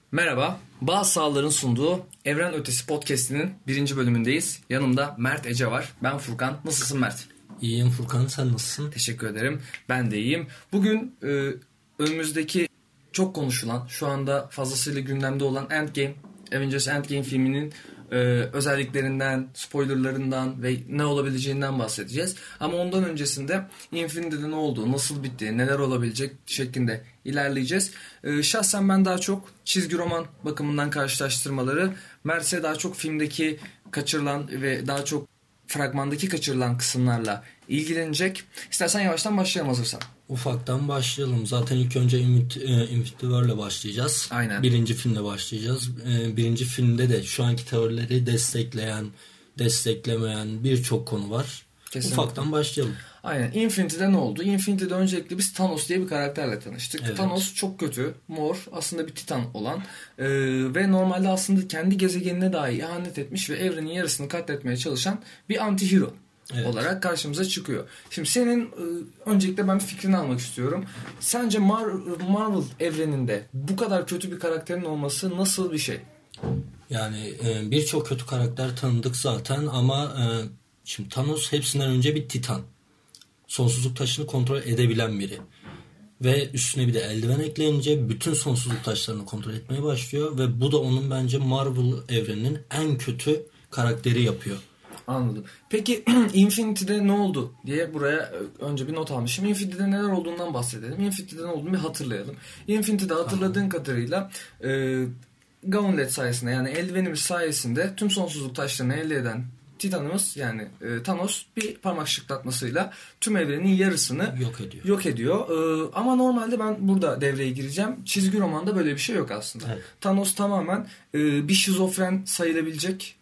Merhaba, Bazı Sağlar'ın sunduğu Evren Ötesi Podcast'inin 1. bölümündeyiz. Yanımda Mert Ece var. Ben Furkan. Nasılsın Mert? İyiyim Furkan, sen nasılsın? Teşekkür ederim. Ben de iyiyim. Bugün önümüzdeki çok konuşulan, şu anda fazlasıyla gündemde olan Avengers Endgame filminin özelliklerinden, spoilerlarından ve ne olabileceğinden bahsedeceğiz. Ama ondan öncesinde Infinity'de ne oldu, nasıl bitti, neler olabilecek şeklinde ilerleyeceğiz. Şahsen ben daha çok çizgi roman bakımından karşılaştırmaları, Mert'e daha çok filmdeki kaçırılan ve daha çok fragmandaki kaçırılan kısımlarla ilgilenecek. İstersen yavaştan başlayalım hazırsan. Ufaktan başlayalım. Zaten ilk önce Infinity War'le başlayacağız. Aynen. Birinci filmle başlayacağız. Birinci filmde de şu anki teorileri destekleyen, desteklemeyen birçok konu var. Kesinlikle. Ufaktan başlayalım. Aynen. Infinity'de ne oldu? Infinity'de öncelikle biz Thanos diye bir karakterle tanıştık. Evet. Thanos çok kötü, mor, aslında bir titan olan ve normalde aslında kendi gezegenine dahi ihanet etmiş ve evrenin yarısını katletmeye çalışan bir anti-hero. Evet. Olarak karşımıza çıkıyor. Şimdi senin öncelikle ben bir fikrini almak istiyorum. Sence Marvel evreninde bu kadar kötü bir karakterin olması nasıl bir şey? Yani birçok kötü karakter tanıdık zaten ama şimdi Thanos hepsinden önce bir titan. Sonsuzluk taşını kontrol edebilen biri. Ve üstüne bir de eldiven ekleyince bütün sonsuzluk taşlarını kontrol etmeye başlıyor. Ve bu da onun bence Marvel evreninin en kötü karakteri yapıyor. Anladım. Peki Infinity'de ne oldu diye buraya önce bir not almışım. Infinity'de neler olduğundan bahsedelim. Infinity'de ne olduğunu bir hatırlayalım. Infinity'de hatırladığın kadarıyla Gauntlet sayesinde, yani eldivenimiz sayesinde tüm sonsuzluk taşlarını elde eden Titanımız, yani Thanos bir parmak şıklatmasıyla tüm evrenin yarısını yok ediyor. Ama normalde ben burada devreye gireceğim. Çizgi romanda böyle bir şey yok aslında. Evet. Thanos tamamen bir şizofren sayılabilecek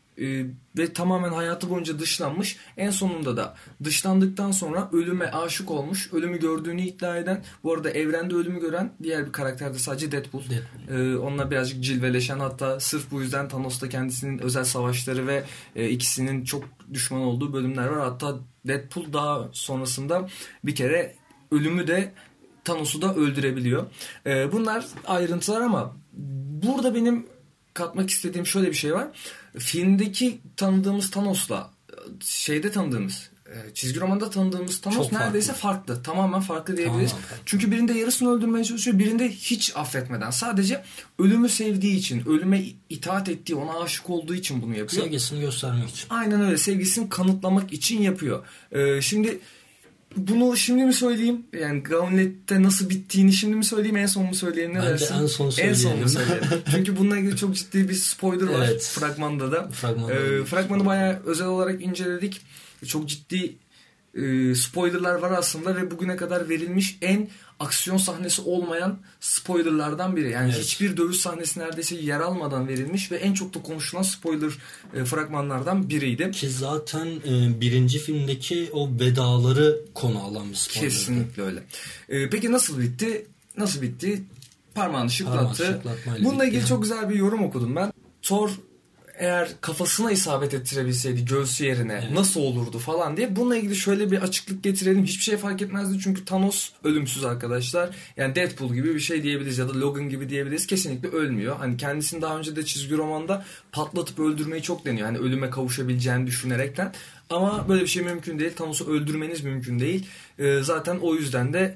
ve tamamen hayatı boyunca dışlanmış. En sonunda da dışlandıktan sonra ölüme aşık olmuş. Ölümü gördüğünü iddia eden, bu arada evrende ölümü gören diğer bir karakter de sadece Deadpool. Onunla birazcık cilveleşen, hatta sırf bu yüzden Thanos'ta kendisinin özel savaşları ve ikisinin çok düşman olduğu bölümler var. Hatta Deadpool daha sonrasında bir kere ölümü de Thanos'u da öldürebiliyor. Bunlar ayrıntılar ama burada benim katmak istediğim şöyle bir şey var. Filmdeki tanıdığımız Thanos'la şeyde tanıdığımız, çizgi romanda tanıdığımız Thanos neredeyse farklı. Tamamen farklı diyebiliriz. Çünkü birinde yarısını öldürmeye çalışıyor, birinde hiç affetmeden. Sadece ölümü sevdiği için, ölüme itaat ettiği, ona aşık olduğu için bunu yapıyor. Sevgisini göstermek için. Aynen öyle. Sevgisini kanıtlamak için yapıyor. Şimdi bunu şimdi mi söyleyeyim? Yani Gauntlet'te nasıl bittiğini şimdi mi söyleyeyim, en son mu söyleyeyim, ne dersin? Bence en son söyleyelim. Çünkü bununla ilgili çok ciddi bir spoiler var, evet, fragmanda da. Fragmanı bayağı özel olarak inceledik. Çok ciddi spoilerlar var aslında ve bugüne kadar verilmiş en aksiyon sahnesi olmayan spoilerlardan biri. Yani evet, hiçbir dövüş sahnesi neredeyse yer almadan verilmiş ve en çok da konuşulan spoiler fragmanlardan biriydi. Ki zaten birinci filmdeki o vedaları konu alan bir spoiler. Kesinlikle öyle. Peki nasıl bitti? Nasıl bitti? Parmağını şıklattı. Bununla ilgili çok güzel bir yorum okudum ben. Thor eğer kafasına isabet ettirebilseydi göğsü yerine nasıl olurdu falan diye. Bununla ilgili şöyle bir açıklık getirelim. Hiçbir şey fark etmezdi çünkü Thanos ölümsüz arkadaşlar. Yani Deadpool gibi bir şey diyebiliriz ya da Logan gibi diyebiliriz. Kesinlikle ölmüyor. Hani kendisini daha önce de çizgi romanda patlatıp öldürmeyi çok deniyor. Hani ölüme kavuşabileceğini düşünerekten. Ama böyle bir şey mümkün değil. Thanos'u öldürmeniz mümkün değil. Zaten o yüzden de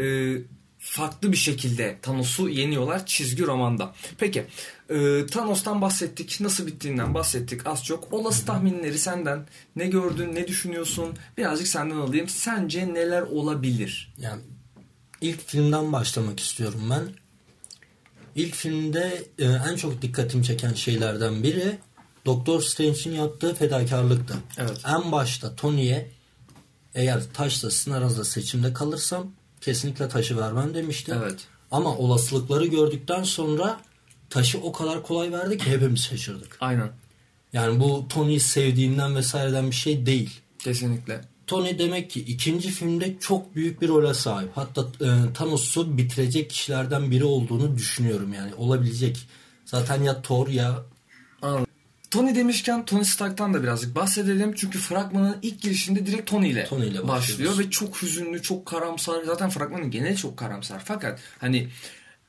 farklı bir şekilde Thanos'u yeniyorlar çizgi romanda. Peki Thanos'tan bahsettik. Nasıl bittiğinden bahsettik az çok. Olası tahminleri senden. Ne gördün, ne düşünüyorsun? Birazcık senden alayım. Sence neler olabilir? Yani ilk filmden başlamak istiyorum ben. İlk filmde en çok dikkatimi çeken şeylerden biri Doktor Strange'in yaptığı fedakarlıktı. Evet. En başta Tony'ye eğer taşla sizin aranızda seçimde kalırsam kesinlikle taşı vermem demişti. Evet. Ama olasılıkları gördükten sonra taşı o kadar kolay verdi ki hepimiz şaşırdık. Aynen. Yani bu Tony'yi sevdiğinden vesaireden bir şey değil. Kesinlikle. Tony demek ki ikinci filmde çok büyük bir role sahip. Hatta Thanos'u bitirecek kişilerden biri olduğunu düşünüyorum yani. Olabilecek. Zaten ya Thor ya... Anladım. Tony demişken Tony Stark'tan da birazcık bahsedelim. Çünkü fragmanın ilk girişinde direkt Tony ile başlıyor ve çok hüzünlü, çok karamsar. Zaten fragmanın geneli çok karamsar. Fakat hani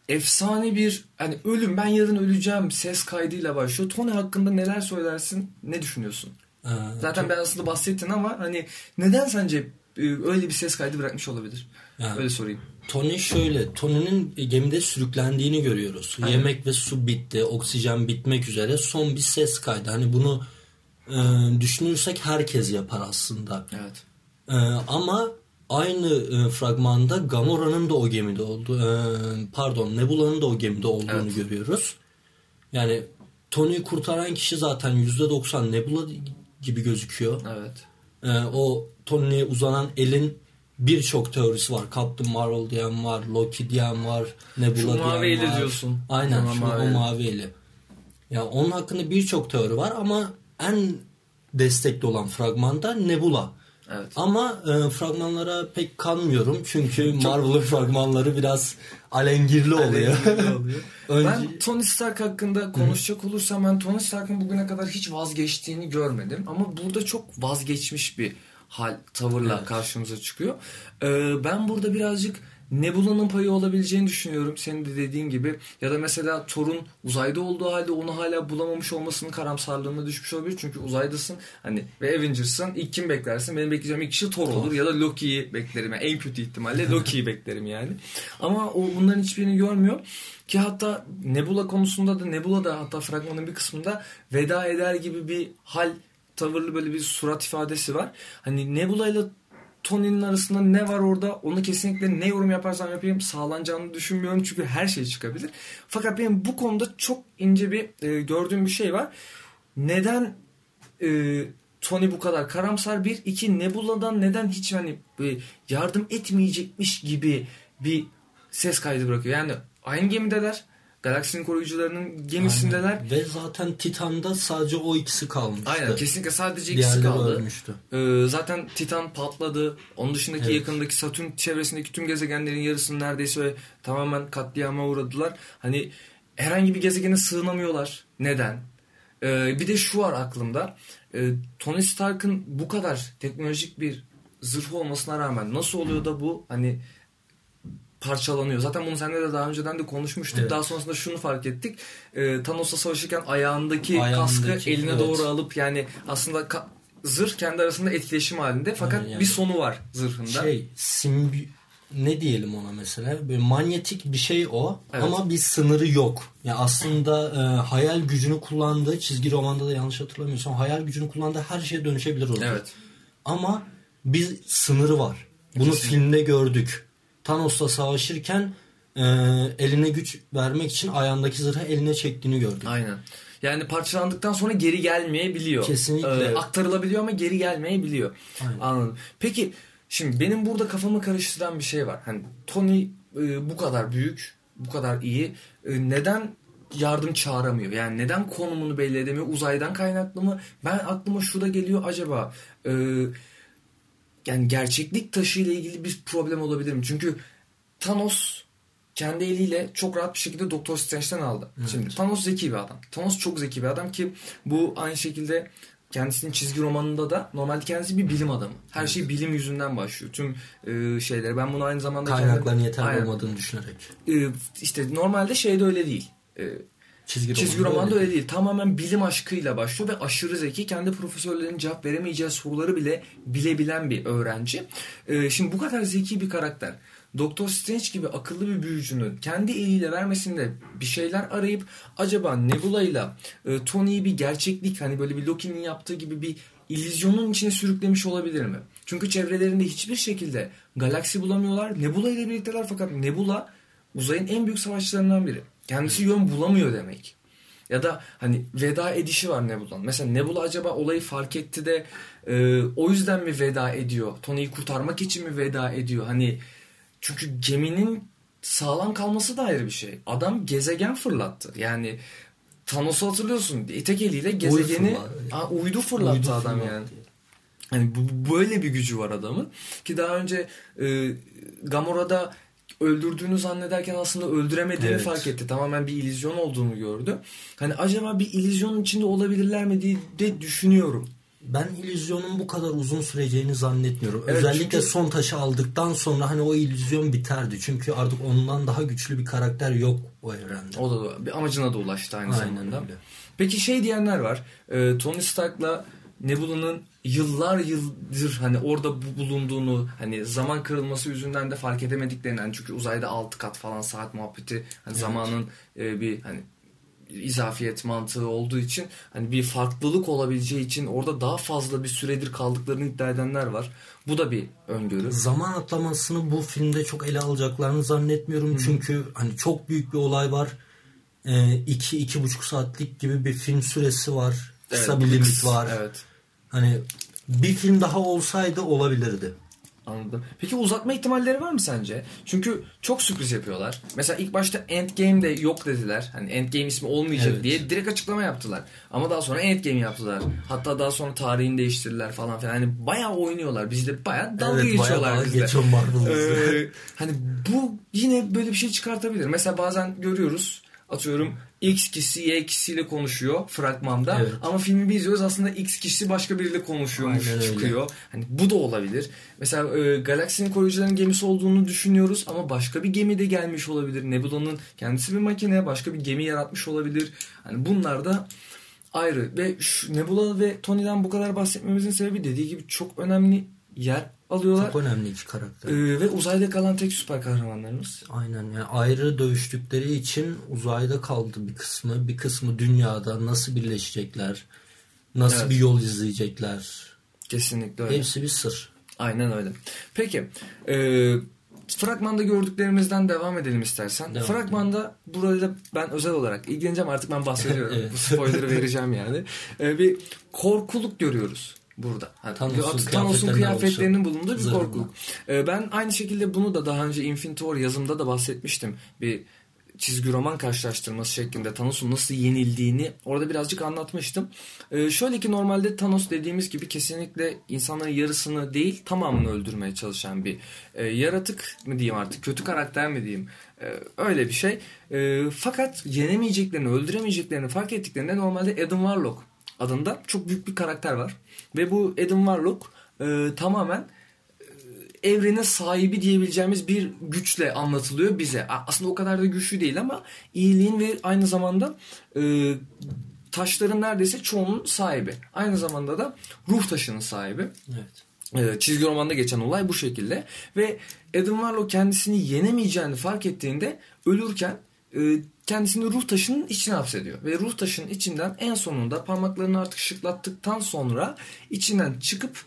efsane bir hani ölüm, ben yarın öleceğim ses kaydıyla başlıyor. Tony hakkında neler söylersin? Ne düşünüyorsun? Zaten ben aslında bahsettin ama hani neden sence öyle bir ses kaydı bırakmış olabilir? Yani, öyle sorayım. Tony şöyle. Tony'nin gemide sürüklendiğini görüyoruz. Aynen. Yemek ve su bitti. Oksijen bitmek üzere. Son bir ses kaydı. Hani bunu düşünürsek herkes yapar aslında. Evet. Ama aynı fragmanda Gamora'nın da o gemide Nebula'nın da o gemide olduğunu görüyoruz. Yani Tony'yi kurtaran kişi zaten %90 Nebula gibi gözüküyor. Evet. O Tony'ye uzanan elin birçok teorisi var. Captain Marvel diyen var, Loki diyen var, Nebula diyen var. Şu mavi eli diyorsun. Aynen, o mavi eli. Ya onun hakkında birçok teori var ama en destekli olan fragmanda Nebula. Evet. Ama fragmanlara pek kanmıyorum çünkü Marvel'ın fragmanları biraz alengirli oluyor. Ben Tony Stark hakkında konuşacak olursam, ben Tony Stark'ın bugüne kadar hiç vazgeçtiğini görmedim. Ama burada çok vazgeçmiş bir tavırla karşımıza çıkıyor. Ben burada birazcık Nebula'nın payı olabileceğini düşünüyorum. Senin de dediğin gibi. Ya da mesela Thor'un uzayda olduğu halde onu hala bulamamış olmasının karamsarlığına düşmüş olabilir. Çünkü uzaydasın hani ve Avengers'ın ilk kim beklersin? Benim bekleyeceğim ilk kişi Thor olur ya da Loki'yi beklerim. Yani en kötü ihtimalle Loki'yi beklerim yani. Ama o bunların hiçbirini görmüyor. Ki hatta Nebula konusunda da Nebula da hatta fragmanın bir kısmında veda eder gibi bir tavırlı böyle bir surat ifadesi var. Hani Nebula ile Tony'nin arasında ne var orada, onu kesinlikle ne yorum yaparsam yapayım sağlanacağını düşünmüyorum. Çünkü her şey çıkabilir. Fakat benim bu konuda çok ince bir gördüğüm bir şey var. Neden Tony bu kadar karamsar? Bir, iki, Nebula'dan neden hiç hani yardım etmeyecekmiş gibi bir ses kaydı bırakıyor. Yani aynı gemideler. Galaksinin koruyucularının gemisindeler. Aynen. Ve zaten Titan'da sadece o ikisi kalmıştı. Aynen, kesinlikle sadece ikisi kaldı. Ölmüştü. Zaten Titan patladı. Onun dışındaki yakındaki Satürn çevresindeki tüm gezegenlerin yarısını neredeyse tamamen katliama uğradılar. Hani herhangi bir gezegene sığınamıyorlar. Neden? Bir de şu var aklımda. Tony Stark'ın bu kadar teknolojik bir zırhı olmasına rağmen nasıl oluyor da bu hani parçalanıyor. Zaten bunu seninle de daha önceden de konuşmuştuk. Evet. Daha sonrasında şunu fark ettik. Thanos'la savaşırken ayağındaki kaskı eline doğru alıp yani aslında zırh kendi arasında etkileşim halinde. Fakat yani bir sonu var zırhında. Ne diyelim ona mesela? Böyle manyetik bir şey o ama bir sınırı yok. Yani aslında hayal gücünü kullandığı, çizgi romanda da yanlış hatırlamıyorsam hayal gücünü kullandığı her şeye dönüşebilir o. Evet. Ama bir sınırı var. Bunu filmde gördük. Thanos'la savaşırken eline güç vermek için ayağındaki zırhı eline çektiğini gördük. Aynen. Yani parçalandıktan sonra geri gelmeyebiliyor. Kesinlikle. Aktarılabiliyor ama geri gelmeyebiliyor. Aynen. Anladım. Peki şimdi benim burada kafamı karıştıran bir şey var. Hani Tony bu kadar büyük, bu kadar iyi. Neden yardım çağıramıyor? Yani neden konumunu belli edemiyor? Uzaydan kaynaklı mı? Ben aklıma şu da geliyor, acaba yani gerçeklik taşı ile ilgili bir problem olabilir mi? Çünkü Thanos kendi eliyle çok rahat bir şekilde Doktor Strange'den aldı. Evet. Şimdi Thanos zeki bir adam. Thanos çok zeki bir adam ki bu aynı şekilde kendisinin çizgi romanında da normalde kendisi bir bilim adamı. Her şey bilim yüzünden başlıyor. Tüm şeyleri. Ben bunu aynı zamanda kaynakların yeterli olmadığını düşünerek. İşte normalde şeyde öyle değil. Çizgi romanda öyle değil. Tamamen bilim aşkıyla başlıyor ve aşırı zeki. Kendi profesörlerin cevap veremeyeceği soruları bile bilebilen bir öğrenci. Şimdi bu kadar zeki bir karakter, Doktor Strange gibi akıllı bir büyücünün kendi eliyle vermesinde bir şeyler arayıp acaba Nebula'yla Tony'yi bir gerçeklik, hani böyle bir Loki'nin yaptığı gibi bir illüzyonun içine sürüklemiş olabilir mi? Çünkü çevrelerinde hiçbir şekilde galaksi bulamıyorlar. Nebula ile birlikteler fakat Nebula uzayın en büyük savaşçılarından biri. Kendisi yön bulamıyor demek. Ya da hani veda edişi var Nebula'nın. Mesela Nebula acaba olayı fark etti de o yüzden mi veda ediyor? Tony'yi kurtarmak için mi veda ediyor? Hani çünkü geminin sağlam kalması da ayrı bir şey. Adam gezegen fırlattı. Yani Thanos'u hatırlıyorsun. Tek eliyle gezegeni uydu fırlattı adam yani. Hani böyle bir gücü var adamın. Ki daha önce Gamora'da öldürdüğünü zannederken aslında öldüremediğini fark etti. Tamamen bir illüzyon olduğunu gördü. Hani acaba bir illüzyonun içinde olabilirler mi diye de düşünüyorum. Ben illüzyonun bu kadar uzun süreceğini zannetmiyorum. Evet, özellikle çünkü son taşı aldıktan sonra hani o illüzyon biterdi. Çünkü artık ondan daha güçlü bir karakter yok o evrende. o da bir amacına da ulaştı aynı Aynen zamanda. öyle. Peki şey diyenler var. Tony Stark'la Nebula'nın yıldır hani orada bulunduğunu, hani zaman kırılması yüzünden de fark edemediklerinden, çünkü uzayda 6 kat falan saat muhabbeti, hani Evet. zamanın bir hani izafiyet mantığı olduğu için hani bir farklılık olabileceği için orada daha fazla bir süredir kaldıklarını iddia edenler var. Bu da bir öngörü. Zaman atlamasını bu filmde çok ele alacaklarını zannetmiyorum. Çünkü hani çok büyük bir olay var. 2-2,5 saatlik gibi bir film süresi var. Kısa Evet, bir limit var. Evet. Hani bir film daha olsaydı olabilirdi. Anladım. Peki uzatma ihtimalleri var mı sence? Çünkü çok sürpriz yapıyorlar. Mesela ilk başta Endgame'de yok dediler. Hani Endgame ismi olmayacak Evet. diye direkt açıklama yaptılar. Ama daha sonra Endgame yaptılar. Hatta daha sonra tarihini değiştirdiler falan filan. Hani bayağı oynuyorlar. Bizde bayağı dalga geçiyorlar bayağı dalga bizde. geçiyor Marvel'ımızda. Hani bu yine böyle bir şey çıkartabilir. Mesela bazen görüyoruz, atıyorum X kişisi Y kişisiyle konuşuyor fragmanda, Evet. ama filmi bir izliyoruz, aslında X kişisi başka biriyle konuşuyormuş. Aynen öyle. Çıkıyor. Hani bu da olabilir. Mesela galaksinin koruyucuların gemisi olduğunu düşünüyoruz ama başka bir gemi de gelmiş olabilir. Nebula'nın kendisi bir makine, başka bir gemi yaratmış olabilir. Hani bunlar da ayrı. Ve şu Nebula ve Tony'den bu kadar bahsetmemizin sebebi, dediği gibi, çok önemli yer alıyorlar. Çok önemli iki karakter. Ve uzayda kalan tek süper kahramanlarımız. Aynen, yani ayrı dövüştükleri için uzayda kaldı bir kısmı. Bir kısmı dünyada. Nasıl birleşecekler? Nasıl Evet. bir yol izleyecekler? Kesinlikle öyle. Hepsi bir sır. Aynen öyle. Peki fragmanda gördüklerimizden devam edelim istersen. Devam Fragmanda burada ben özel olarak ilgileneceğim, artık ben bahsediyorum. Evet. Bu spoiler'ı vereceğim yani. Bir korkuluk görüyoruz burada. Hani Thanos'un kıyafetlerinin bulunduğu bir Zırhından. korkuluk. Ben aynı şekilde bunu da daha önce Infinity War yazımda da bahsetmiştim. Bir çizgi roman karşılaştırması şeklinde Thanos'un nasıl yenildiğini orada birazcık anlatmıştım. Şöyle ki, normalde Thanos dediğimiz gibi kesinlikle insanların yarısını değil tamamını öldürmeye çalışan bir yaratık mı diyeyim artık, kötü karakter mi diyeyim, öyle bir şey. Fakat yenemeyeceklerini, öldüremeyeceklerini fark ettiklerinde normalde Adam Warlock adında çok büyük bir karakter var. Ve bu Adam Warlock tamamen evrenin sahibi diyebileceğimiz bir güçle anlatılıyor bize. Aslında o kadar da güçlü değil ama iyiliğin ve aynı zamanda taşların neredeyse çoğunun sahibi. Aynı zamanda da ruh taşının sahibi. Evet. Çizgi romanda geçen olay bu şekilde. Ve Adam Warlock kendisini yenemeyeceğini fark ettiğinde ölürken kendisini ruh taşının içine hapsediyor. Ve ruh taşının içinden en sonunda parmaklarını artık şıklattıktan sonra içinden çıkıp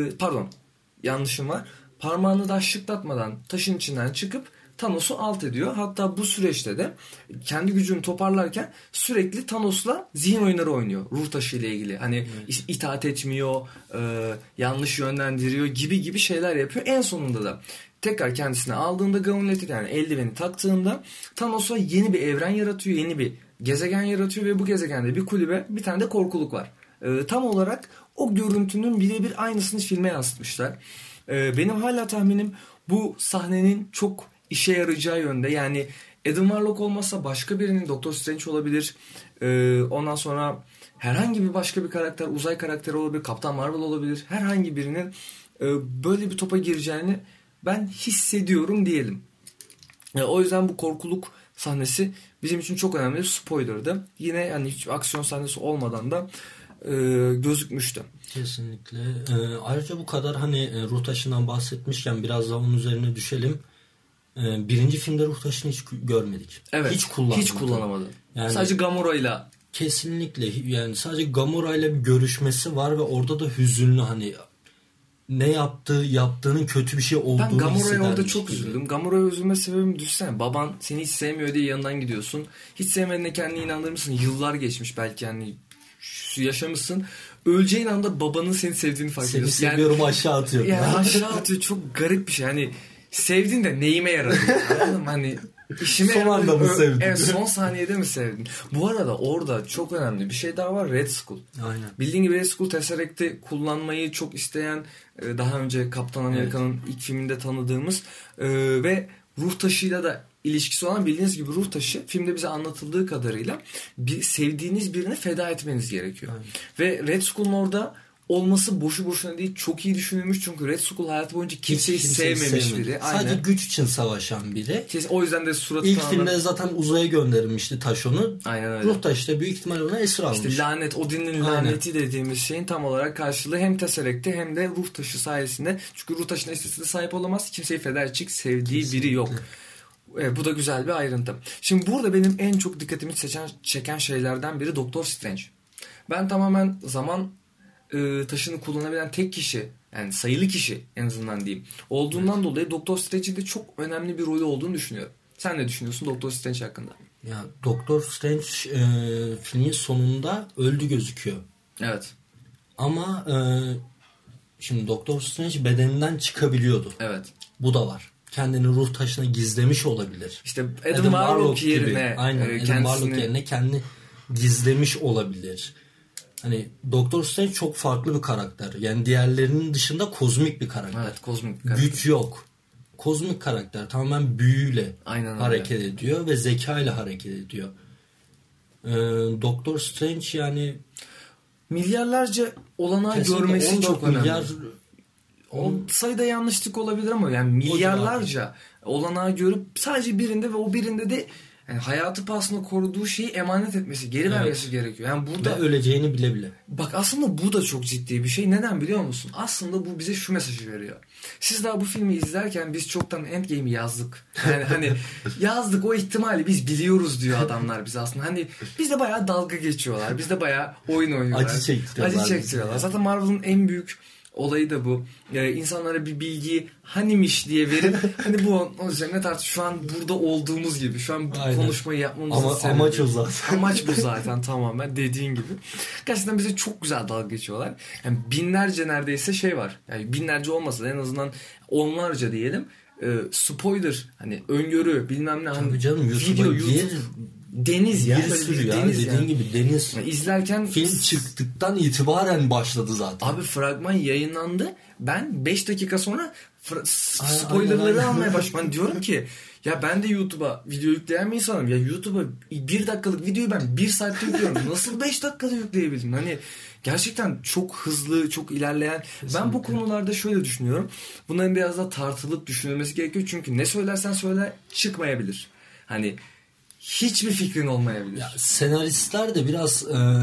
yanlışım var. Parmağını da şıklatmadan taşın içinden çıkıp Thanos'u alt ediyor. Hatta bu süreçte de kendi gücünü toparlarken sürekli Thanos'la zihin oyunları oynuyor. Ruh taşı ile ilgili. Hani itaat etmiyor, yanlış yönlendiriyor gibi şeyler yapıyor. En sonunda da tekrar kendisine aldığında gauntlet'i, yani eldiveni taktığında Thanos'a yeni bir evren yaratıyor. Yeni bir gezegen yaratıyor ve bu gezegende bir kulübe, bir tane de korkuluk var. Tam olarak o görüntünün birebir aynısını filme yansıtmışlar. Benim hala tahminim bu sahnenin çok işe yarayacağı yönde. Yani Adam Warlock olmasa başka birinin, Doctor Strange olabilir. Ondan sonra herhangi bir başka bir karakter, uzay karakteri olabilir, Kaptan Marvel olabilir. Herhangi birinin böyle bir topa gireceğini ben hissediyorum diyelim. O yüzden bu korkuluk sahnesi bizim için çok önemli bir spoiler'dı. Yine yani hiç aksiyon sahnesi olmadan da gözükmüştü. Kesinlikle. Ayrıca bu kadar hani ruh taşından bahsetmişken biraz daha onun üzerine düşelim. Birinci filmde ruh taşını hiç görmedik. Evet. Hiç kullanamadı. Yani sadece Gamora'yla. Kesinlikle. Yani sadece Gamora'yla bir görüşmesi var ve orada da hüzünlü, hani ne yaptığının kötü bir şey olduğunu Ben Gamora'ya orada hissedermiş çok gibi. üzüldüm. Gamora'ya üzülme sebebim, düşsene. Baban seni hiç sevmiyor diye yanından gidiyorsun. Hiç sevmediğine kendini inandırmışsın. Yıllar geçmiş belki, yani yaşamışsın. Öleceğin anda babanın seni sevdiğini fark ediyorsun. Seni seviyorum, aşağı atıyor. Yani aşağı atıyor. Çok garip bir şey. Hani sevdin de neyime yaradı? Anladın mı? Hani işime son anda mı sevdin? Evet, son saniyede mi sevdin? Bu arada orada çok önemli bir şey daha var. Red Skull. Aynen. Bildiğin gibi Red Skull Tesseract'i kullanmayı çok isteyen, daha önce Kaptan Amerika'nın ilk filminde tanıdığımız ve ruh taşıyla da ilişkisi olan, bildiğiniz gibi ruh taşı filmde bize anlatıldığı kadarıyla sevdiğiniz birini feda etmeniz gerekiyor. Aynen. Ve Red Skull'un orada olması boşu boşuna değil, çok iyi düşünülmüş. Çünkü Red Skull hayatı boyunca kimseyi sevmemiş biri. Sadece güç için savaşan biri. O yüzden de suratı İlk filmde zaten uzaya gönderilmişti taş onu. Aynen öyle. Ruh taşı da büyük ihtimalle ona esir almış. İşte lanet, Odin'in laneti dediğimiz şeyin tam olarak karşılığı hem Tesseract'te hem de ruh taşı sayesinde. Çünkü ruh taşına istesine sahip olamaz. Kimseyi feda edecek sevdiği biri yok. Bu da güzel bir ayrıntı. Şimdi burada benim en çok dikkatimi çeken şeylerden biri Doktor Strange. Ben tamamen zaman taşını kullanabilen tek kişi, yani sayılı kişi en azından diyeyim, olduğundan dolayı Doktor Strange'in de çok önemli bir rolü olduğunu düşünüyorum. Sen ne düşünüyorsun Doktor Strange hakkında? Ya Doktor Strange filmin sonunda öldü gözüküyor. Evet. Ama şimdi Doktor Strange bedeninden çıkabiliyordu. Evet. Bu da var. Kendini ruh taşına gizlemiş olabilir. İşte Adam Warlock yerine aynen, Adam Warlock yerine kendini gizlemiş olabilir. Hani Doktor Strange çok farklı bir karakter. Yani diğerlerinin dışında kozmik bir karakter. Evet, kozmik bir karakter. Güç yok. Kozmik karakter. Tamamen büyüyle hareket ediyor ve zekayla hareket ediyor. Doktor Strange yani milyarlarca olanağı görmesi çok önemli. O sayıda yanlışlık olabilir ama yani milyarlarca olanağı görüp sadece birinde ve o birinde de yani hayatı pahasına koruduğu şeyi emanet etmesi, geri vermesi gerekiyor. Yani burada ve öleceğini bile bile. Bak aslında bu da çok ciddi bir şey. Neden biliyor musun? Aslında bu bize şu mesajı veriyor. Siz daha bu filmi izlerken biz çoktan Endgame'i yazdık. Yani hani yazdık, o ihtimali biz biliyoruz diyor adamlar bize aslında. Hani bizde bayağı dalga geçiyorlar. Bizde bayağı oyun oynuyorlar. Acı çektiriyorlar. Zaten Marvel'ın en büyük olayı da bu. İnsanlara bir bilgiyi hanimiş diye verip hani bu o üzerine şu an burada olduğumuz gibi. Şu an bu konuşmayı yapmamızın sebebi. Amaç o zaten. Amaç bu zaten tamamen dediğin gibi. Gerçekten bize çok güzel dalga geçiyorlar. Yani binlerce neredeyse şey var. Yani binlerce olmasa da en azından onlarca diyelim. Spoiler, hani öngörü bilmem ne. Tabii canım, video, YouTube. Deniz ya. Bir sürü ya. Dediğin gibi deniz. Yani izlerken film çıktıktan itibaren başladı zaten. Abi fragman yayınlandı. Ben 5 dakika sonra spoilerları almaya başladım. Ben diyorum ki ya ben de YouTube'a video yükleyen bir insanım. Ya YouTube'a 1 dakikalık videoyu ben 1 saatte yüklüyorum. Nasıl 5 dakikada yükleyebildim? Hani gerçekten çok hızlı, çok ilerleyen. Kesinlikle. Ben bu konularda şöyle düşünüyorum. Bunların biraz da tartılıp düşünülmesi gerekiyor. Çünkü ne söylersen söyle çıkmayabilir. Hani hiçbir fikrin olmayabilir. Ya, senaristler de biraz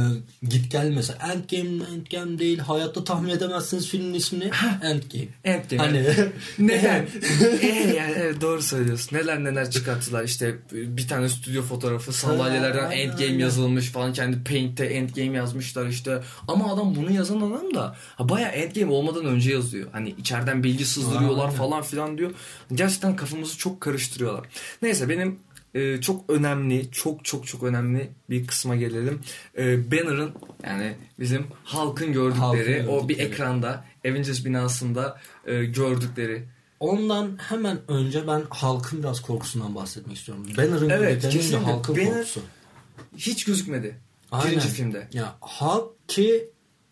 git gel mesela. Endgame değil. Hayatta tahmin edemezsiniz filmin ismini. Endgame. Hani neden? Yani evet, doğru söylüyorsun. Neler çıkarttılar. İşte bir tane stüdyo fotoğrafı, sandalyelerden Endgame yazılmış falan. Kendi Paint'te Endgame yazmışlar işte. Ama adam bunu yazan adam da bayağı Endgame olmadan önce yazıyor. Hani içeriden bilgi sızdırıyorlar falan filan diyor. Gerçekten kafamızı çok karıştırıyorlar. Neyse, benim çok önemli, çok önemli bir kısma gelelim. Banner'ın, yani bizim halkın gördükleri, o bir ekranda Avengers binasında gördükleri. Ondan hemen önce ben halkın biraz korkusundan bahsetmek istiyorum. Banner'ın kesinlikle halkın korkusu. Hiç gözükmedi. Birinci filmde. Ya halk ki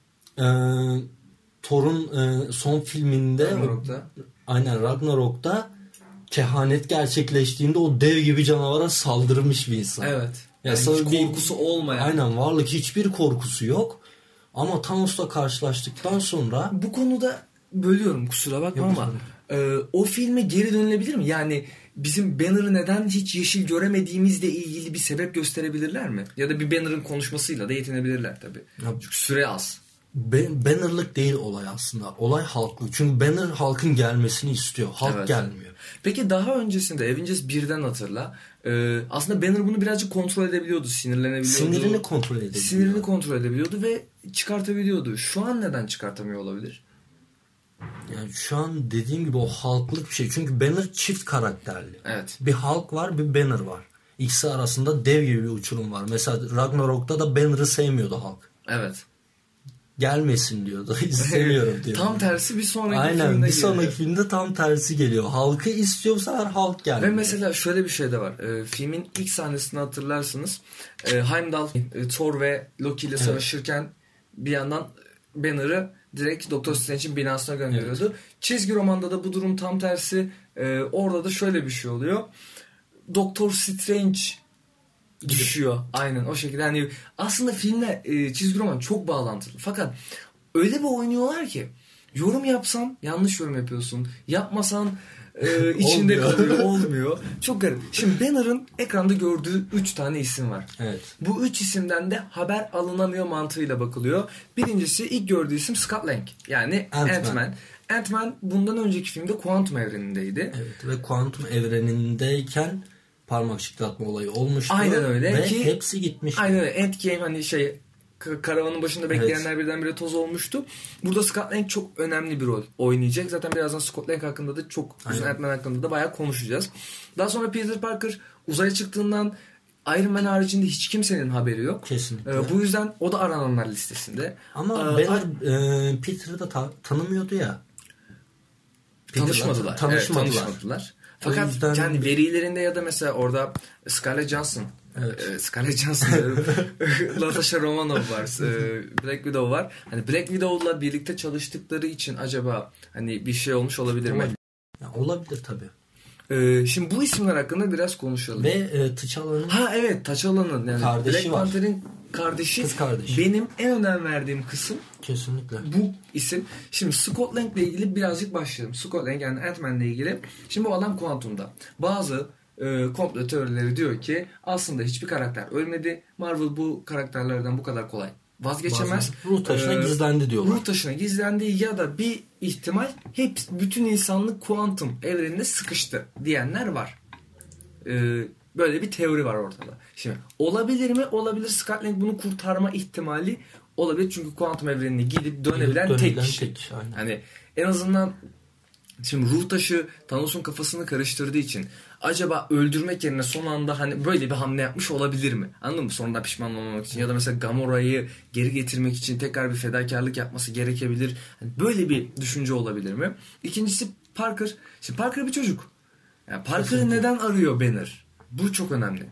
Thor'un son filminde Ragnarok'ta kehanet gerçekleştiğinde o dev gibi canavara saldırmış bir insan. Evet. Yani hiç korkusu olmayan. Aynen, varlık hiçbir korkusu yok. Ama Thanos'la karşılaştıktan sonra... Bu konuda bölüyorum, kusura bakma ama o filme geri dönülebilir mi? Yani bizim Banner'ı neden hiç yeşil göremediğimizle ilgili bir sebep gösterebilirler mi? Ya da bir Banner'ın konuşmasıyla da yetinebilirler tabii. Çünkü süre az. Banner'lık değil olay aslında. Olay halklık. Çünkü Banner halkın gelmesini istiyor. Halk gelmiyor. Peki daha öncesinde Avengers 1'den hatırla. Aslında Banner bunu birazcık kontrol edebiliyordu. Sinirlenebiliyordu. Sinirini kontrol edebiliyordu ve çıkartabiliyordu. Şu an neden çıkartamıyor olabilir? Yani şu an dediğim gibi o halklık bir şey. Çünkü Banner çift karakterli. Evet. Bir halk var, bir Banner var. İkisi arasında dev gibi bir uçurum var. Mesela Ragnarok'ta da Banner'ı sevmiyordu halk. Evet. Gelmesin diyordu. İstemiyorum diyor. Tam tersi bir sonraki filmde geliyor. Bir sonraki filmde tam tersi geliyor. Halkı istiyorsa halk gelmiyor. Ve mesela şöyle bir şey de var. Filmin ilk sahnesini hatırlarsınız. Heimdall, Thor ve Loki ile savaşırken bir yandan Banner'ı direkt Doktor Strange'in binasına gönderiyordu. Evet. Çizgi romanda da bu durum tam tersi. Orada da şöyle bir şey oluyor. Doktor Strange düşüyor. Aynen o şekilde. Yani aslında filmle çizgi roman çok bağlantılı. Fakat öyle bir oynuyorlar ki yorum yapsan yanlış yorum yapıyorsun. Yapmasan içinde kalıyor, olmuyor. Çok garip. Şimdi Banner'ın ekranda gördüğü 3 tane isim var. Evet. Bu 3 isimden de haber alınamıyor mantığıyla bakılıyor. Birincisi, ilk gördüğü isim Scott Lang. Yani Ant-Man. Ant-Man bundan önceki filmde kuantum evrenindeydi. Evet, ve kuantum evrenindeyken parmak şıklatma olayı olmuştu. Aynen öyle. Ve ki, hepsi gitmişti. Aynen öyle. Endgame hani karavanın başında bekleyenler evet. birdenbire toz olmuştu. Burada Scott Lang çok önemli bir rol oynayacak. Zaten birazdan Scott Lang hakkında da çok uzun, Ant-Man hakkında da bayağı konuşacağız. Daha sonra Peter Parker uzaya çıktığından Iron Man haricinde hiç kimsenin haberi yok. Kesinlikle. Bu yüzden o da arananlar listesinde. Ama Banner Peter'ı da tanımıyordu ya. Tanışmadılar. Tanışmadılar. Fakat yüzden... yani verilerinde ya da mesela orada Scarlett Johansson, Scarlett Johansson diyorum. Natasha Romanoff var. Black Widow var. Hani Black Widow'la birlikte çalıştıkları için acaba hani bir şey olmuş olabilir mi? Ya, olabilir tabii. Şimdi bu isimler hakkında biraz konuşalım. Ve T'Challa'nın T'Challa'nın yani kardeşi Black var. Panther'in kardeşi. Kız kardeşi. Benim en önem verdiğim kısım kesinlikle bu isim. Şimdi Scott Lang'le ilgili birazcık başlayalım. Scott Lang yani Ant-Man'le ilgili. Şimdi bu adam kuantumda. Bazı komplo teorileri diyor ki aslında hiçbir karakter ölmedi. Marvel bu karakterlerden bu kadar kolay vazgeçemez. Ruh taşına gizlendi diyorlar. Ruh taşına gizlendi ya da bir ihtimal bütün insanlık kuantum evreninde sıkıştı diyenler var. Böyle bir teori var ortada. Şimdi olabilir mi? Olabilir. Scott Lang bunu kurtarma ihtimali olabilir. Çünkü kuantum evrenine gidip dönebilen tek kişi. Hani en azından şimdi ruh taşı Thanos'un kafasını karıştırdığı için acaba öldürmek yerine son anda hani böyle bir hamle yapmış olabilir mi? Anladın mı? Sonunda pişman olmamak için ya da mesela Gamora'yı geri getirmek için tekrar bir fedakarlık yapması gerekebilir. Yani böyle bir düşünce olabilir mi? İkincisi Parker. Şimdi Parker bir çocuk. Yani Parker'ı neden arıyor Banner? Bu çok önemli.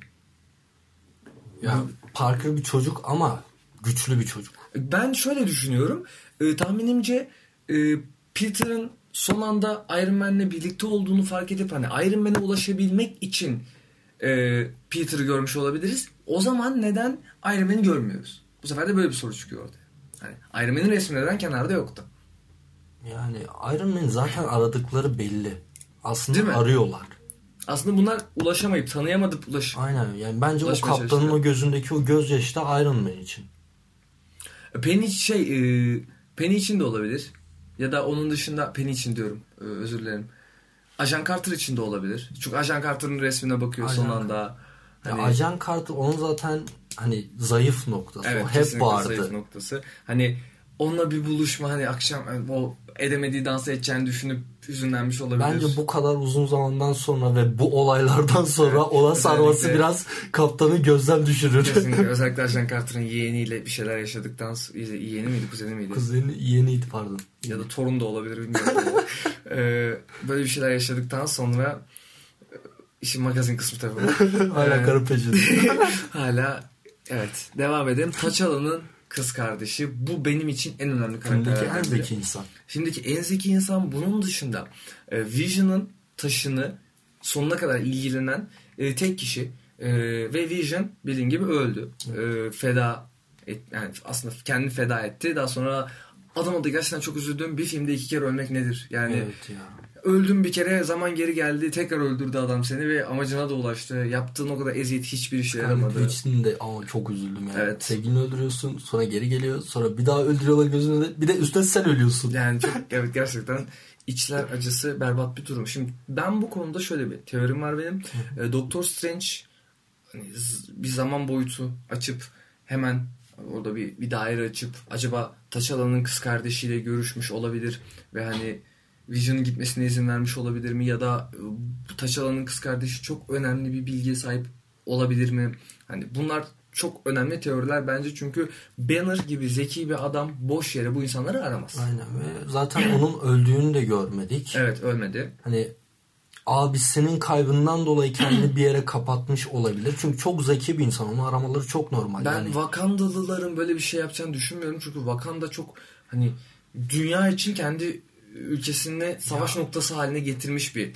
Ya Parker bir çocuk ama güçlü bir çocuk. Ben şöyle düşünüyorum. Tahminimce Peter'ın son anda Iron Man'le birlikte olduğunu fark edip hani Iron Man'e ulaşabilmek için Peter'ı görmüş olabiliriz. O zaman neden Iron Man'i görmüyoruz? Bu sefer de böyle bir soru çıkıyor ortaya. Hani Iron Man'in resmi neden kenarda yoktu? Yani Iron Man zaten aradıkları belli. Aslında arıyorlar. Aslında bunlar ulaşamayıp tanıyamadıp Aynen yani bence o kaptanın o gözündeki o gözyaşı da Iron Man için. Penny için de olabilir. Ya da onun dışında Penny için diyorum. Özür dilerim. Ajan Carter için de olabilir. Çünkü Ajan Carter'ın resmine bakıyor son anda. Hani... Ajan Carter onun zaten hani zayıf noktası. Evet, o hep vardı. Zayıf noktası. Hani onunla bir buluşma hani akşam o edemediği dans edeceğini düşünüp hüzünlenmiş olabilir. Bence bu kadar uzun zamandan sonra ve bu olaylardan sonra ona sarması biraz kaptanı gözden düşürür. Kesinlikle. Özellikle Ajan Carter'ın yeğeniyle bir şeyler yaşadıktan sonra yeğeni miydi, kuzeni miydi? Yeğeniydi pardon. Ya da torun da olabilir bilmiyorum. Böyle bir şeyler yaşadıktan sonra işin magazin kısmı tabii. Hala karı peşinde. Hala evet. Devam edelim. T'Challa'nın kız kardeşi. Bu benim için en önemli karakterlerden biri. Şimdiki en zeki insan. Şimdiki en zeki insan. Bunun dışında Vision'ın taşını sonuna kadar ilgilenen tek kişi. Ve Vision bildiğin gibi öldü. Yani aslında kendini feda etti. Daha sonra adama da gerçekten çok üzüldüm. Bir filmde 2 kere ölmek nedir? Yani evet ya. Öldüm bir kere, zaman geri geldi, tekrar öldürdü adam seni ve amacına da ulaştı. Yaptığın o kadar eziyet hiçbir işe yaramadı. İçinde ama çok üzüldüm yani. Evet. Sevgilini öldürüyorsun, sonra geri geliyor, sonra bir daha öldürüyorlar gözüne de, bir de üstüne sen ölüyorsun. Yani çok evet gerçekten içler acısı berbat bir durum. Şimdi ben bu konuda şöyle bir teorim var benim. Doktor Strange hani bir zaman boyutu açıp hemen orada bir daire açıp acaba T'Challa'nın kız kardeşiyle görüşmüş olabilir ve hani Vision'ın gitmesine izin vermiş olabilir mi? Ya da T'Challa'nın kız kardeşi çok önemli bir bilgiye sahip olabilir mi? Hani bunlar çok önemli teoriler bence, çünkü Banner gibi zeki bir adam boş yere bu insanları aramaz. Aynen, ve zaten onun öldüğünü de görmedik. Evet, ölmedi. Hani abisinin kaybından dolayı kendini bir yere kapatmış olabilir. Çünkü çok zeki bir insan. Onu aramaları çok normal. Ben yani Wakandalıların böyle bir şey yapacağını düşünmüyorum. Çünkü Wakanda çok hani dünya için kendi ülkesinde savaş noktası haline getirmiş bir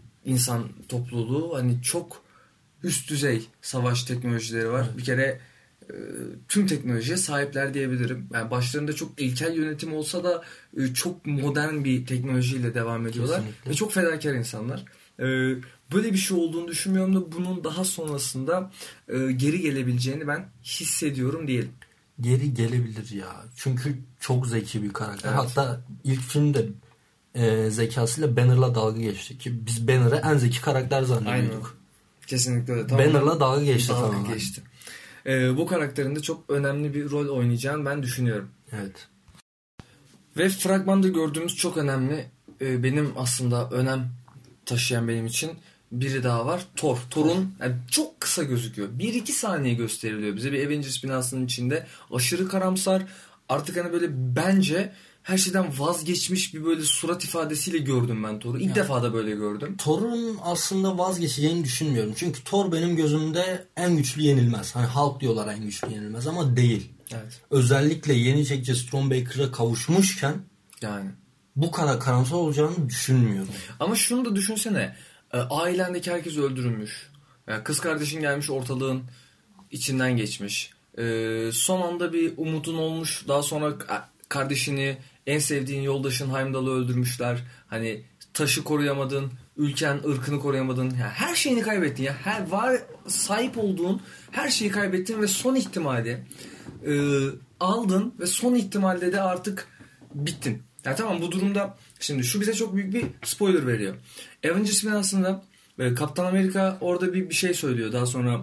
insan topluluğu. Hani çok üst düzey savaş teknolojileri var. Bir kere tüm teknolojiye sahipler diyebilirim. Yani başlarında çok ilkel yönetim olsa da çok modern bir teknolojiyle devam ediyorlar. Kesinlikle. Ve çok fedakar insanlar. Böyle bir şey olduğunu düşünmüyorum da bunun daha sonrasında geri gelebileceğini ben hissediyorum diyelim. Geri gelebilir ya. Çünkü çok zeki bir karakter. Evet. Hatta ilk filmde zekasıyla Banner'la dalga geçti. Ki biz Banner'ı en zeki karakter zannediyorduk. Aynen. Kesinlikle öyle. Banner'la dalga geçti Dalga geçti. Bu karakterin de çok önemli bir rol oynayacağını ben düşünüyorum. Evet. Ve fragmanda gördüğümüz çok önemli, benim aslında önem taşıyan benim için biri daha var. Thor. Thor'un yani çok kısa gözüküyor. 1-2 saniye gösteriliyor bize. Bir Avengers binasının içinde. Aşırı karamsar. Artık hani böyle bence her şeyden vazgeçmiş bir böyle surat ifadesiyle gördüm ben Thor'u. İlk defa da böyle gördüm. Thor'un aslında vazgeçeceğini düşünmüyorum. Çünkü Thor benim gözümde en güçlü yenilmez. Hani Hulk diyorlar en güçlü yenilmez ama değil. Evet. Özellikle yeni çekici Stormbreaker'a kavuşmuşken Yani. bu kadar karamsar olacağını düşünmüyorum. Ama şunu da düşünsene. Ailendeki herkes öldürülmüş. Yani kız kardeşin gelmiş ortalığın içinden geçmiş. Son anda bir umudun olmuş. Daha sonra kardeşini, en sevdiğin yoldaşın Heimdall'ı öldürmüşler. Hani taşı koruyamadın, ülken, ırkını koruyamadın. Yani her şeyini kaybettin ya. Sahip olduğun her şeyi kaybettin ve son ihtimali aldın ve son ihtimalde de artık bittin. Yani tamam, bu durumda şimdi şu bize çok büyük bir spoiler veriyor. Avengers binasında Kaptan Amerika orada bir şey söylüyor. Daha sonra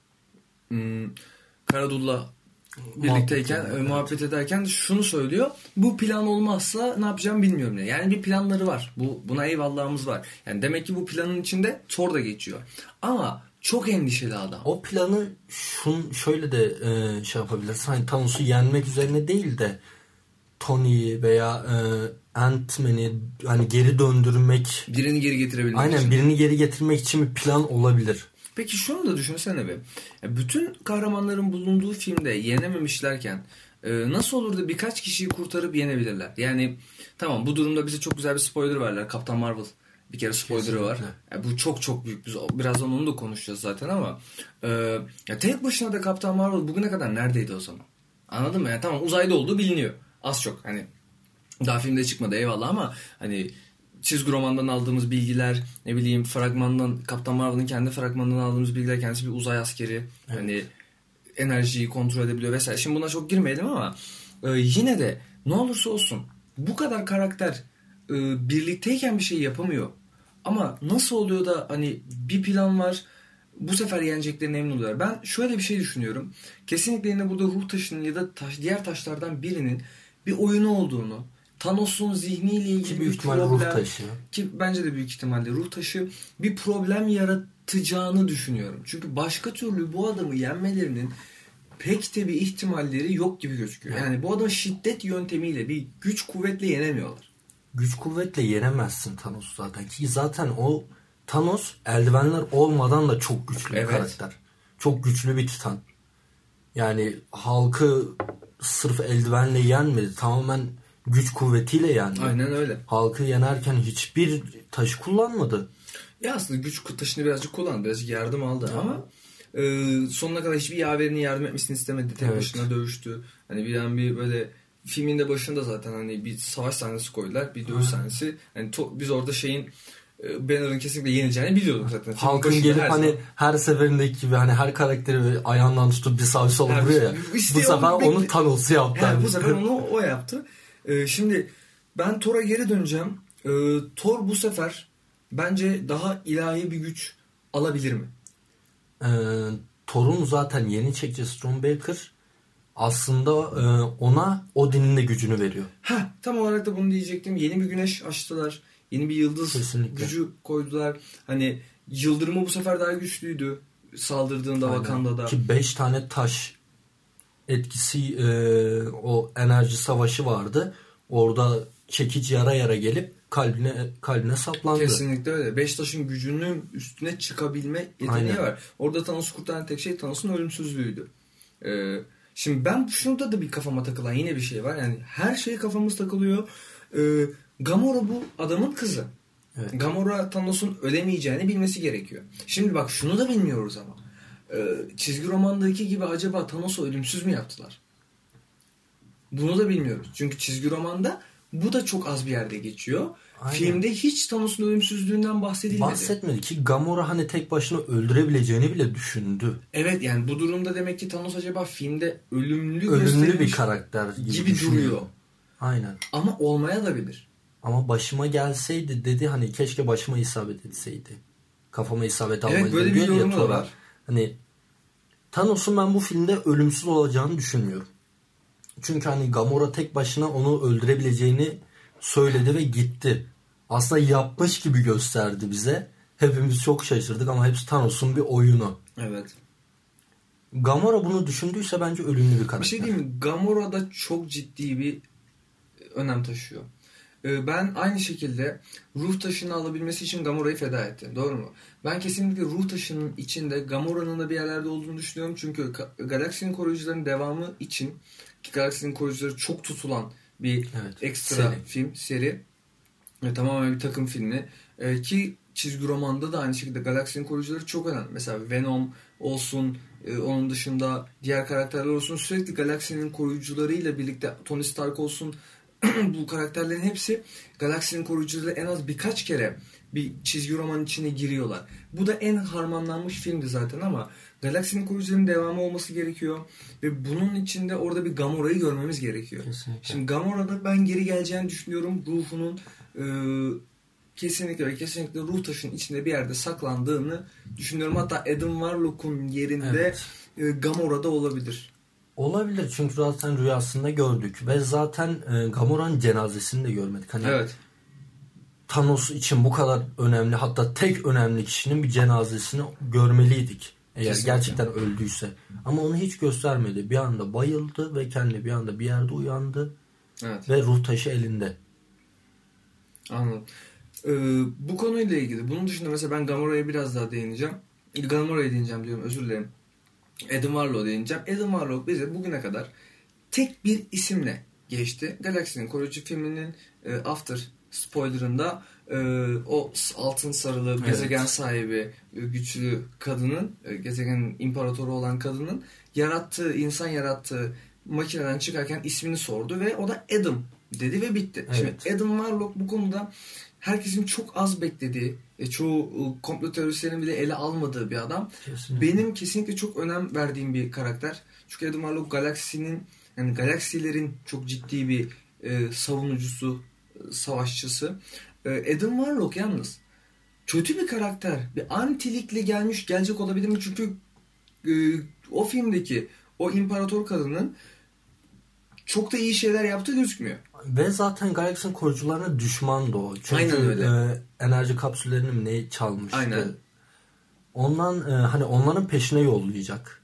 Karadull'la birlikteyken muhabbet ederken şunu söylüyor. Bu plan olmazsa ne yapacağım bilmiyorum diye. Yani bir planları var. Buna eyvallahımız var. Yani demek ki bu planın içinde Thor da geçiyor. Ama çok endişeli adam. O planı şöyle de şey yapabilirsin. Hani Thanos'u yenmek üzerine değil de Tony'yi veya Ant-Man'i hani geri döndürmek, birini geri getirebilmek aynen için. birini geri getirmek için bir plan olabilir. Peki şunu da düşünsene be. Bütün kahramanların bulunduğu filmde yenememişlerken nasıl olur da birkaç kişiyi kurtarıp yenebilirler? Yani tamam, bu durumda bize çok güzel bir spoiler verler. Kaptan Marvel bir kere spoiler'ı var. Bu çok çok büyük. Biz birazdan onu da konuşacağız zaten ama ya tek başına da Kaptan Marvel bugüne kadar neredeydi o zaman? Anladın mı? Yani tamam, uzayda olduğu biliniyor. Az çok hani daha filmde çıkmadı eyvallah ama hani çizgi romandan aldığımız bilgiler, ne bileyim fragmandan, Kaptan Marvel'ın kendi fragmanından aldığımız bilgiler, kendisi bir uzay askeri. Evet. Hani enerjiyi kontrol edebiliyor vesaire. Şimdi buna çok girmeyelim ama yine de ne olursa olsun bu kadar karakter birlikteyken bir şey yapamıyor. Ama nasıl oluyor da hani bir plan var, bu sefer yeneceklerine emin oluyorlar. Ben şöyle bir şey düşünüyorum. Kesinlikle yine burada ruh taşının ya da diğer taşlardan birinin bir oyunu olduğunu, Thanos'un zihniyle ilgili bir problem, ruh taşı. Ki bence de büyük ihtimalle ruh taşı bir problem yaratacağını düşünüyorum. Çünkü başka türlü bu adamı yenmelerinin pek de bir ihtimalleri yok gibi gözüküyor. Yani bu adamı şiddet yöntemiyle, bir güç kuvvetle yenemiyorlar. Güç kuvvetle yenemezsin Thanos'u zaten. Ki zaten o Thanos eldivenler olmadan da çok güçlü bir karakter. Çok güçlü bir titan. Yani halkı sırf eldivenle yenmedi. Tamamen güç kuvvetiyle yendi. Aynen öyle. Halkı yenerken hiçbir taşı kullanmadı. Ya aslında güç taşını birazcık kullandı. Birazcık yardım aldı ama sonuna kadar hiçbir yaverinin yardım etmesini istemedi. Tek başına dövüştü. Hani bir böyle filmin de başında zaten hani bir savaş sahnesi koydular. Bir dövüş sahnesi. Hani biz orada Banner'ın kesinlikle yeneceğini biliyorduk zaten. Halkın gelip hani her seferindeki gibi hani her karakteri ayağından tutup bir sağ sola vuruyor ya. İşte bu sefer onu Thanos'u yaptı. Yani bu sefer onu o yaptı. Şimdi ben Thor'a geri döneceğim. Thor bu sefer bence daha ilahi bir güç alabilir mi? Thor'un zaten yeni çekici Stormbreaker aslında ona Odin'in de gücünü veriyor. Tam olarak da bunu diyecektim. Yeni bir güneş açtılar. Yeni bir yıldız Kesinlikle. gücü koydular. Hani yıldırımı bu sefer daha güçlüydü saldırdığında Wakanda'da. Ki 5 tane taş etkisi o enerji savaşı vardı. Orada çekici yara gelip kalbine saplandı. Kesinlikle öyle. 5 taşın gücünün üstüne çıkabilme yeteneği var. Orada Thanos'u kurtaran tek şey Thanos'un ölümsüzlüğüydü. Şimdi ben şurada da bir kafama takılan yine bir şey var. Yani her şey kafamız takılıyor. Gamora bu adamın kızı. Evet. Gamora Thanos'un ölemeyeceğini bilmesi gerekiyor. Şimdi bak şunu da bilmiyoruz ama. çizgi romandaki gibi acaba Thanos'u ölümsüz mü yaptılar? Bunu da bilmiyoruz. Çünkü çizgi romanda bu da çok az bir yerde geçiyor. Aynen. Filmde hiç Thanos'un ölümsüzlüğünden bahsedilmedi. Bahsetmedi ki Gamora hani tek başına öldürebileceğini bile düşündü. Evet, yani bu durumda demek ki Thanos acaba filmde ölümlü bir karakter gibi duruyor. Aynen. Ama olmaya da bilir. Ama başıma gelseydi dedi, hani keşke başıma isabet etseydi. Kafama isabet almaydı. Evet, böyle bir yorumu da var. Hani Thanos'un ben bu filmde ölümsüz olacağını düşünmüyorum. Çünkü hani Gamora tek başına onu öldürebileceğini söyledi ve gitti. Aslında yapmış gibi gösterdi bize. Hepimiz çok şaşırdık ama hepsi Thanos'un bir oyunu. Evet. Gamora bunu düşündüyse bence ölümlü bir karakter. Bir şey diyeyim mi? Gamora da çok ciddi bir önem taşıyor. Ben aynı şekilde ruh taşını alabilmesi için Gamora'yı feda etti. Doğru mu? Ben kesinlikle ruh taşının içinde Gamora'nın da bir yerlerde olduğunu düşünüyorum. Çünkü Galaksinin Koruyucuları'nın devamı için, ki Galaksinin Koruyucuları çok tutulan bir ekstra seri. Tamamen bir takım filmi. Ki çizgi romanda da aynı şekilde Galaksinin Koruyucuları çok önemli. Mesela Venom olsun, onun dışında diğer karakterler olsun, sürekli Galaksinin Koruyucularıyla birlikte Tony Stark olsun, bu karakterlerin hepsi Galaksinin Koruyucuları en az birkaç kere bir çizgi roman içine giriyorlar. Bu da en harmanlanmış filmdi zaten ama Galaksinin Koruyucuları'nın devamı olması gerekiyor. Ve bunun içinde orada bir Gamora'yı görmemiz gerekiyor. Kesinlikle. Şimdi Gamora'da ben geri geleceğini düşünüyorum. Ruhunun kesinlikle ve kesinlikle ruh taşının içinde bir yerde saklandığını düşünüyorum. Hatta Adam Warlock'un yerinde Gamora'da olabilir. Olabilir, çünkü zaten rüyasında gördük ve zaten Gamora'nın cenazesini de görmedik. Hani evet. Thanos için bu kadar önemli, hatta tek önemli kişinin bir cenazesini görmeliydik. Eğer kesinlikle gerçekten öldüyse. Ama onu hiç göstermedi. Bir anda bayıldı ve kendi bir anda bir yerde uyandı. Evet. Ve ruh taşı elinde. Anladım. Bu konuyla ilgili, bunun dışında mesela ben Gamora'ya biraz daha değineceğim. Gamora'ya değineceğim diyorum, özür dilerim. Adam Warlock'a değineceğim. Adam Warlock bize bugüne kadar tek bir isimle geçti. Galaksinin Koruyucu filminin after spoilerında o altın sarılı gezegen sahibi güçlü kadının, gezegenin imparatoru olan kadının insan yarattığı makineden çıkarken ismini sordu ve o da Adam dedi ve bitti. Evet. Şimdi Adam Warlock bu konuda herkesin çok az beklediği, çoğu komplo teorisyenin bile ele almadığı bir adam. Kesinlikle. Benim kesinlikle çok önem verdiğim bir karakter. Çünkü Adam Warlock galaksilerin çok ciddi bir savunucusu, savaşçısı. Adam Warlock yalnız kötü bir karakter. Bir antilikle gelecek olabilir mi? Çünkü o filmdeki o imparator kadının çok da iyi şeyler yaptığı gözükmüyor. Ve zaten Galaksinin Koruyucularına düşmandı o. Çünkü aynen öyle. Enerji kapsüllerini mi ne çalmıştı. Aynen. Ondan hani onların peşine yollayacak.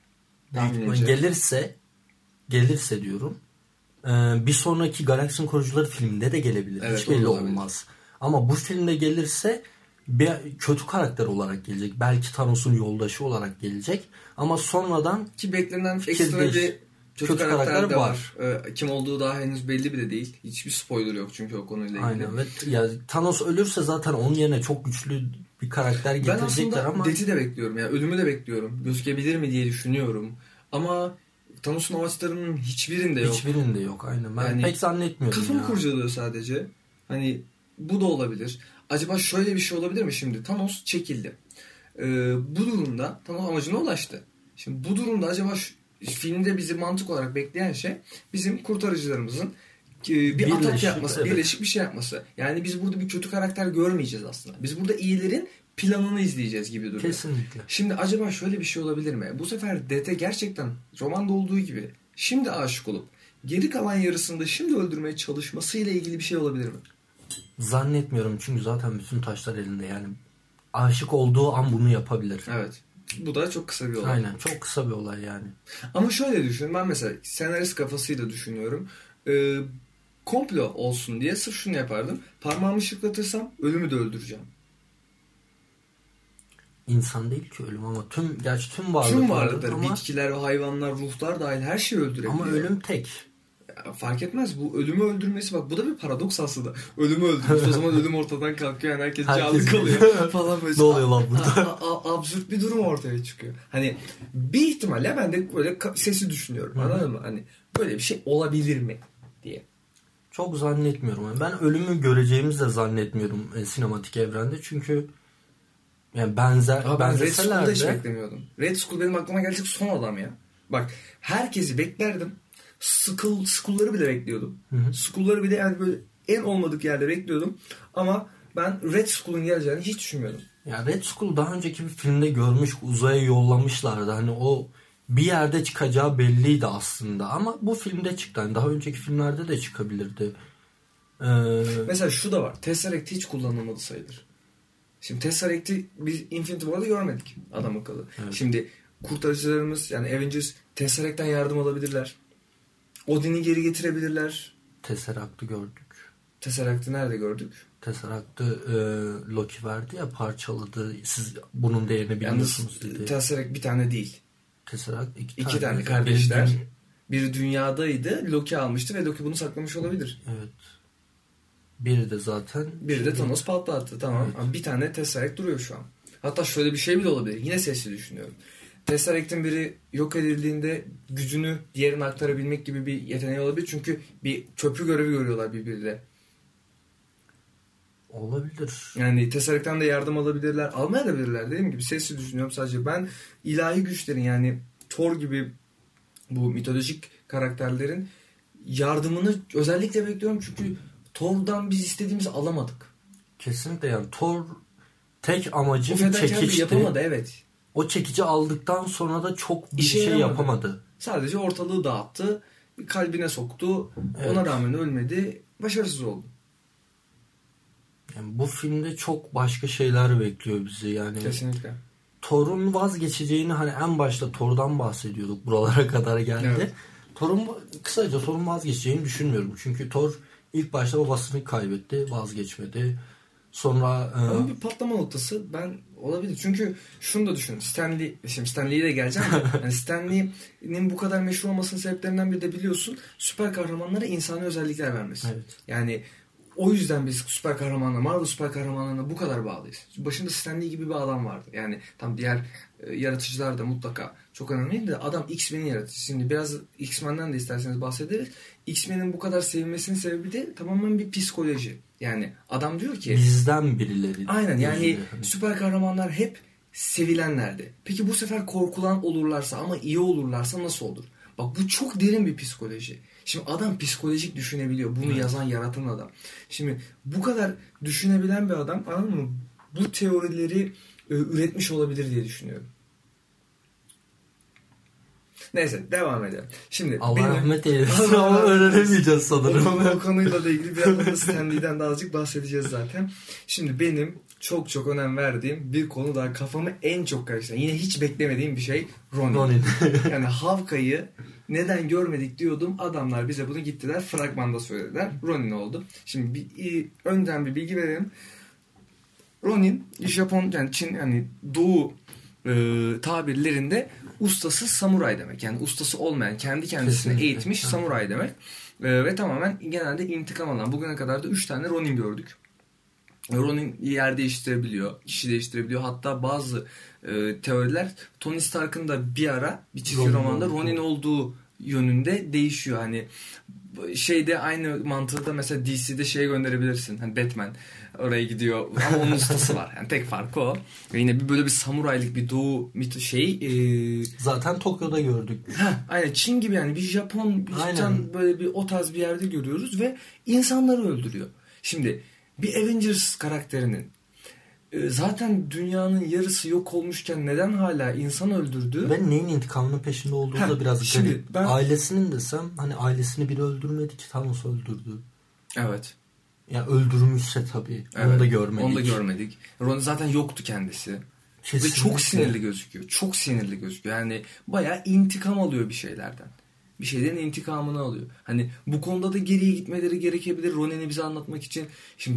Gelirse diyorum. Bir sonraki Galaksinin Koruyucuları filminde de gelebilir. Evet, hiç belli olmaz. Ama bu filmde gelirse bir kötü karakter olarak gelecek. Belki Thanos'un yoldaşı olarak gelecek. Ama sonradan ki beklenen ekstra bir kötü karakter de var. Kim olduğu daha henüz belli bile değil. Hiçbir spoiler yok çünkü o konuyla ilgili. Aynen. Ve ya Thanos ölürse zaten onun yerine çok güçlü bir karakter getirecekler ama. Ben aslında Death'i de bekliyorum. Yani ölümü de bekliyorum. Gözükebilir mi diye düşünüyorum. Ama Thanos'un amaçlarının hiçbirinde yok. Hiçbirinde yok. Aynen. Ben pek zannetmiyorum. Kafamı kurcalıyor sadece. Hani bu da olabilir. Acaba şöyle bir şey olabilir mi şimdi? Thanos çekildi. Bu durumda Thanos amacına ulaştı. Şimdi bu durumda acaba filmde bizi mantık olarak bekleyen şey bizim kurtarıcılarımızın bir atak yapması, birleşik bir şey yapması. Yani biz burada bir kötü karakter görmeyeceğiz aslında. Biz burada iyilerin planını izleyeceğiz gibi duruyor. Kesinlikle. Şimdi acaba şöyle bir şey olabilir mi? Bu sefer Dete gerçekten romanda olduğu gibi şimdi aşık olup geri kalan yarısında şimdi öldürmeye çalışmasıyla ilgili bir şey olabilir mi? Zannetmiyorum, çünkü zaten bütün taşlar elinde. Yani aşık olduğu an bunu yapabilir. Evet. Bu da çok kısa bir olay. Aynen, çok kısa bir olay yani. Ama şöyle düşün, ben mesela senarist kafasıyla düşünüyorum. Komplo olsun diye sırf şunu yapardım. Parmağımı şıklatırsam ölümü de öldüreceğim. İnsan değil ki ölüm ama tüm varlıklar, ama bitkiler ve hayvanlar, ruhlar dahil her şeyi öldürebiliyor. Ama ölüm tek. fark etmez. Bu ölümü öldürmesi, bak bu da bir paradoks aslında. Ölümü öldürmüş. O zaman ölüm ortadan kalkıyor. Yani herkes canlı kalıyor falan böyle. Ne oluyor lan burada? Absürt bir durum ortaya çıkıyor. Hani bir ihtimalle ben de böyle sesi düşünüyorum. Anladın mı? Hani böyle bir şey olabilir mi diye. Çok zannetmiyorum. Ben ölümü göreceğimizi de zannetmiyorum sinematik evrende. Çünkü yani Ben Red benzeseler Skull'da hiç de beklemiyordum. Red Skull benim aklıma gelecek son adam ya. Bak herkesi beklerdim. Skull'ları bile bekliyordum. Skull'ları bile yani böyle en olmadık yerde bekliyordum. Ama ben Red Skull'un geleceğini hiç düşünmüyordum. ya Red Skull daha önceki bir filmde görmüş, uzaya yollamışlardı. Hani o bir yerde çıkacağı belliydi aslında. Ama bu filmde çıktı. Yani daha önceki filmlerde de çıkabilirdi. Mesela şu da var. Tesseract hiç kullanılmadı sayılır. Şimdi Tesseract'i biz Infinity War'da görmedik adam akıllı. Evet. Şimdi kurtarıcılarımız yani Avengers Tesseract'ten yardım alabilirler. Odin'i geri getirebilirler. Tesseract'ı gördük. Tesseract'ı nerede gördük? Tesseract'ı Loki verdi ya, parçaladı. Siz bunun değerini biliyorsunuz dedi. Tesseract bir tane değil. Tesseract iki tane kardeşler. Biri dünyadaydı. Loki almıştı ve Loki bunu saklamış olabilir. Evet. Biri de zaten... Biri de Thanos patlattı. Tamam. Evet. Bir tane Tesseract duruyor şu an. Hatta şöyle bir şey bile olabilir. Yine sesli düşünüyorum. Tesseract'in biri yok edildiğinde gücünü diğerine aktarabilmek gibi bir yeteneği olabilir. Çünkü bir köprü görevi görüyorlar birbiriyle. Olabilir. Yani Tesseract'ten de yardım alabilirler. Almayabilirler dediğim gibi. Sesli düşünüyorum sadece. Ben ilahi güçlerin yani Thor gibi bu mitolojik karakterlerin yardımını özellikle bekliyorum. Çünkü Thor'dan biz istediğimizi alamadık. Kesinlikle yani Thor tek amacı o çekiçti. Yapamadı evet. O çekici aldıktan sonra da çok bir şey yapamadı. Sadece ortalığı dağıttı. Kalbine soktu. Evet. Ona rağmen ölmedi. Başarısız oldu. Yani bu filmde çok başka şeyler bekliyor bizi yani. Kesinlikle. Thor'un vazgeçeceğini hani en başta Thor'dan bahsediyorduk. Buralara kadar geldi. Evet. Thor'un vazgeçeceğini düşünmüyorum. Çünkü Thor ilk başta babasını kaybetti. Vazgeçmedi. Sonra... Ama bir patlama noktası ben olabilir. Çünkü şunu da düşün. Şimdi Stan Lee'ye de geleceğim. Yani Stan Lee'nin bu kadar meşhur olmasının sebeplerinden biri de biliyorsun süper kahramanlara insani özellikler vermesi. Evet. Yani o yüzden biz süper kahramanlar, Marvel süper kahramanlarına bu kadar bağlıyız. Başında Stan Lee gibi bir adam vardı. Yani tam diğer yaratıcılar da mutlaka çok önemliydi de adam X-Men'in yaratıcısı. Şimdi biraz X-Men'den de isterseniz bahsederiz. X-Men'in bu kadar sevilmesinin sebebi de tamamen bir psikoloji. Yani adam diyor ki... Bizden birileri. Aynen yani süper kahramanlar hep sevilenlerdi. Peki bu sefer korkulan olurlarsa ama iyi olurlarsa nasıl olur? Bak bu çok derin bir psikoloji. Şimdi adam psikolojik düşünebiliyor. Bunu yazan, yaratan adam. Şimdi bu kadar düşünebilen bir adam anladın mı? Bu teorileri üretmiş olabilir diye düşünüyorum. Neyse devam edelim. Şimdi Allah rahmet eylesin ama öğrenemeyeceğiz sanırım. O konuyla da ilgili biraz Stan Lee'den de azıcık bahsedeceğiz zaten. Şimdi benim çok çok önem verdiğim bir konu daha kafamı en çok karıştıran. Yine hiç beklemediğim bir şey Ronin. Yani Hawkeye'yi neden görmedik diyordum. Adamlar bize bunu gittiler fragmanda söylediler. Ronin oldu. Şimdi önden bir bilgi verelim. Ronin Japon yani Çin yani Doğu tabirlerinde ustası samuray demek. Yani ustası olmayan, kendi kendisini kesinlikle eğitmiş samuray demek. Ve tamamen genelde intikam alan. Bugüne kadar da 3 tane Ronin gördük. Ronin yer değiştirebiliyor, kişi değiştirebiliyor. Hatta bazı teoriler Tony Stark'ın da bir ara bir çizgi romanda Ronin olduğu yönünde değişiyor. Hani şeyde aynı mantığı da mesela DC'de şeye gönderebilirsin. Hani Batman oraya gidiyor ama onun ustası var. Yani tek farkı o. Ve yine böyle bir samuraylık bir doğu zaten Tokyo'da gördük. Aynen Çin gibi yani bir Japon böyle bir o tarz bir yerde görüyoruz ve insanları öldürüyor. Şimdi bir Avengers karakterinin zaten dünyanın yarısı yok olmuşken neden hala insan öldürdü? Ben neyin intikamının peşinde olduğu da biraz garip. Ailesinin desem hani ailesini biri öldürmedi ki Thanos öldürdü. Evet. Ya öldürmüşse tabii. Evet, onu da görmedik. Onu da görmedik. Ron zaten yoktu kendisi. Kesinlikle. Ve çok sinirli gözüküyor. Çok sinirli gözüküyor. Yani bayağı intikam alıyor bir şeylerden. Bir şeylerin intikamını alıyor. Hani bu konuda da geriye gitmeleri gerekebilir Ronin'i bize anlatmak için. Şimdi ben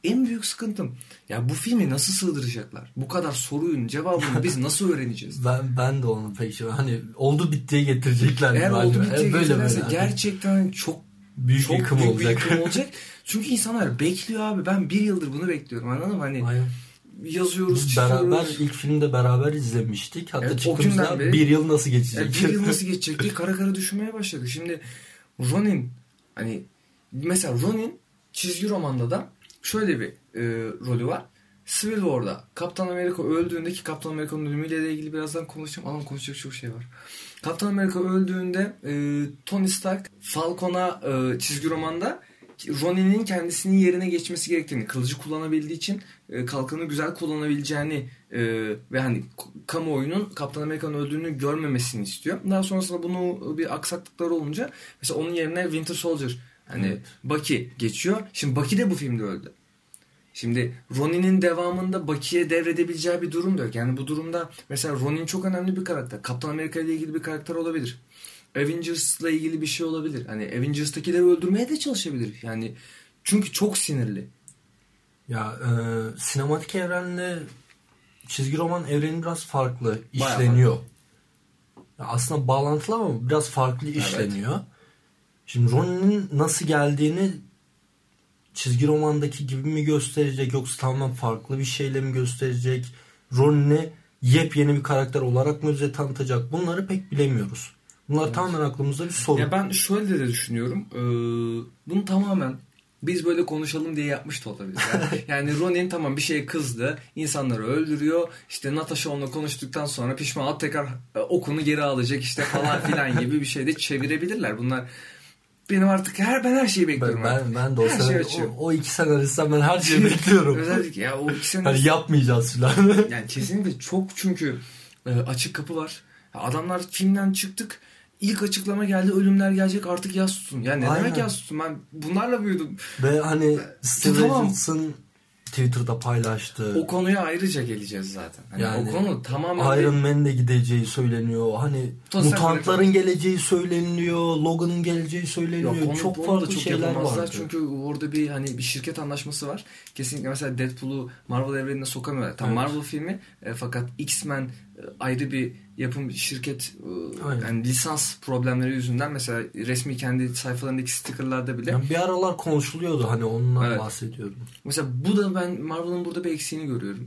en büyük sıkıntım. Ya bu filmi nasıl sığdıracaklar? Bu kadar sorunun cevabını biz nasıl öğreneceğiz? Ben de onu pek şey. Hani oldu bittiye getirecekler. Eğer oldu bittiye getirirlerse böyle. Gerçekten çok büyük yıkım olacak. Çünkü insanlar bekliyor abi. Ben 1 yıldır bunu bekliyorum. Anladın mı? Hani aynen. Yazıyoruz, biz beraber ilk filmde beraber izlemiştik. Hatta çıktığımızda 1 yıl nasıl geçecek? 1 yıl nasıl geçecek diye kara kara düşünmeye başladık. Şimdi Ronin, hani mesela Ronin çizgi romanda da şöyle bir rolü var. Civil War'da Kaptan Amerika öldüğünde, ki Kaptan Amerika'nın ölümüyle ilgili birazdan konuşacağım. Ama konuşacak çok şey var. Kaptan Amerika öldüğünde Tony Stark Falcon'a çizgi romanda Ronin'in kendisinin yerine geçmesi gerektiğini, kılıcı kullanabildiği için kalkanı güzel kullanabileceğini ve hani kamuoyunun Kaptan Amerika'nın öldüğünü görmemesini istiyor. Daha sonrasında bunu bir aksaklıkları olunca mesela onun yerine Winter Soldier, hani evet, Bucky geçiyor. Şimdi Bucky de bu filmde öldü. Şimdi Ronin'in devamında Bucky'ye devredebileceği bir durum da yok. Yani bu durumda mesela Ronin çok önemli bir karakter. Kaptan Amerika ile ilgili bir karakter olabilir. Avengers'la ilgili bir şey olabilir. Hani Avengers'takileri öldürmeye de çalışabilir. Yani çünkü çok sinirli. Ya sinematik evrenle çizgi roman evreni biraz farklı işleniyor. Ya aslında bağlantılı ama biraz farklı işleniyor. Evet. Şimdi Ronin'in nasıl geldiğini çizgi romandaki gibi mi gösterecek, yoksa tamamen farklı bir şeyle mi gösterecek? Ronin'i yepyeni bir karakter olarak mı bize tanıtacak? Bunları pek bilemiyoruz. Bunlar evet, tamamen aklımızda bir soru. Ya ben şöyle de düşünüyorum. Bunu tamamen biz böyle konuşalım diye yapmış da olabilir. Yani Ronin tamam bir şeye kızdı. İnsanları öldürüyor. İşte Natasha onunla konuştuktan sonra pişman olup tekrar okunu geri alacak işte falan filan gibi bir şey de çevirebilirler. Bunlar benim artık her şeyi bekliyorum. Ben de o o iki senaristten ben her şeyi bekliyorum. Özellikle ya o iki senarist. Hani yapmayacağız filan. Yani kesinlikle çok, çünkü açık kapı var. Adamlar filmden çıktık. İlk açıklama geldi, ölümler gelecek, artık yas tutun. Yani ne demek yas tutun? Ben bunlarla büyüdüm. Ve hani Steve Richards'ın Twitter'da paylaştı. O konuya ayrıca geleceğiz zaten. Hani yani o konu tamamen Iron Man'in de gideceği söyleniyor. Hani mutantların geleceği söyleniyor. Logan'ın geleceği söyleniyor. Yok, çok farklı şeyler var. Çünkü orada bir şirket anlaşması var. Kesinlikle mesela Deadpool'u Marvel evrenine sokamıyorlar. Tam evet, Marvel filmi fakat X-Men ayrı bir yapım şirket, yani lisans problemleri yüzünden mesela resmi kendi sayfalarındaki stickerlarda bile. Yani bir aralar konuşuluyordu, hani ondan evet, bahsediyorum. Mesela bu da ben Marvel'ın burada bir eksiğini görüyorum.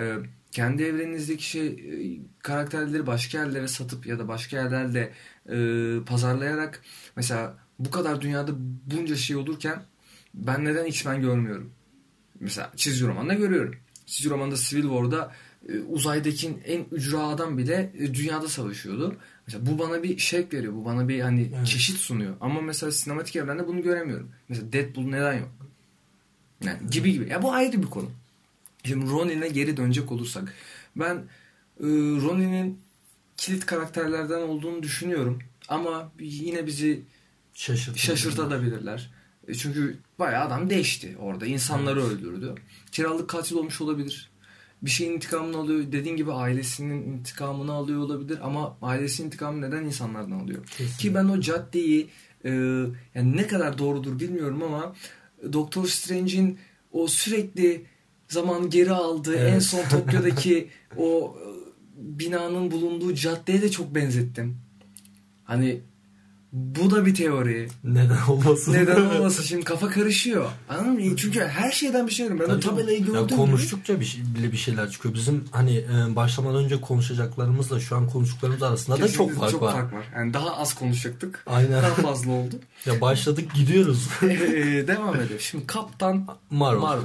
Kendi evreninizdeki karakterleri başka yerlere satıp ya da başka yerlerde pazarlayarak, mesela bu kadar dünyada bunca şey olurken ben neden X-Men görmüyorum? Mesela çizgi romanda görüyorum. Çizgi romanda Civil War'da uzaydaki en ücra adam bile dünyada savaşıyordu. Mesela bu bana bir şevk veriyor. Bu bana bir evet, çeşit sunuyor. Ama mesela sinematik evrende bunu göremiyorum. Mesela Deadpool neden yok? Yani gibi. Ya bu ayrı bir konu. Şimdi Ronin'e geri dönecek olursak, ben Ronin'in kilit karakterlerden olduğunu düşünüyorum. Ama yine bizi şaşırtabilirler. Çünkü bayağı adam değişti orada. İnsanları evet, öldürdü. Kiralık katil olmuş olabilir. Bir şeyin intikamını alıyor. Dediğin gibi ailesinin intikamını alıyor olabilir. Ama ailesinin intikamını neden insanlardan alıyor? Kesinlikle. Ki ben o caddeyi yani ne kadar doğrudur bilmiyorum ama Doctor Strange'in o sürekli zaman geri aldığı evet, en son Tokyo'daki o binanın bulunduğu caddeye de çok benzettim. Hani bu da bir teori. Neden olmasın? Şimdi kafa karışıyor. Anladın mı? Çünkü her şeyden bir şey görüyorum. Ben o tabelayı gördüm. Ya konuştukça bir şeyler çıkıyor. Bizim hani başlamadan önce konuşacaklarımızla şu an konuştuklarımız arasında kesinlikle da çok fark var. Yani daha az konuşacaktık. Aynen. Daha fazla oldu. Ya başladık, gidiyoruz. Devam edelim. Şimdi Kaptan Marvel.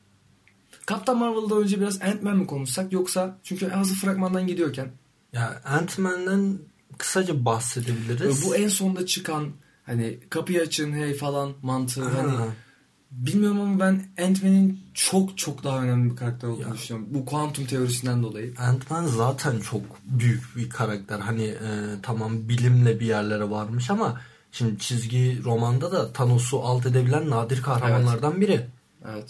Kaptan Marvel'da önce biraz Ant-Man mi konuşsak, yoksa çünkü hazır fragmandan gidiyorken. Ya Ant-Man'den kısaca bahsedebiliriz. Bu en sonda çıkan hani kapıyı açın hey falan mantığı hani bilmiyorum ama ben Ant-Man'in çok daha önemli bir karakter olduğunu düşünüyorum. Bu kuantum teorisinden dolayı. Ant-Man zaten çok büyük bir karakter. Hani tamam bilimle bir yerlere varmış ama şimdi çizgi romanda da Thanos'u alt edebilen nadir kahramanlardan biri. Evet.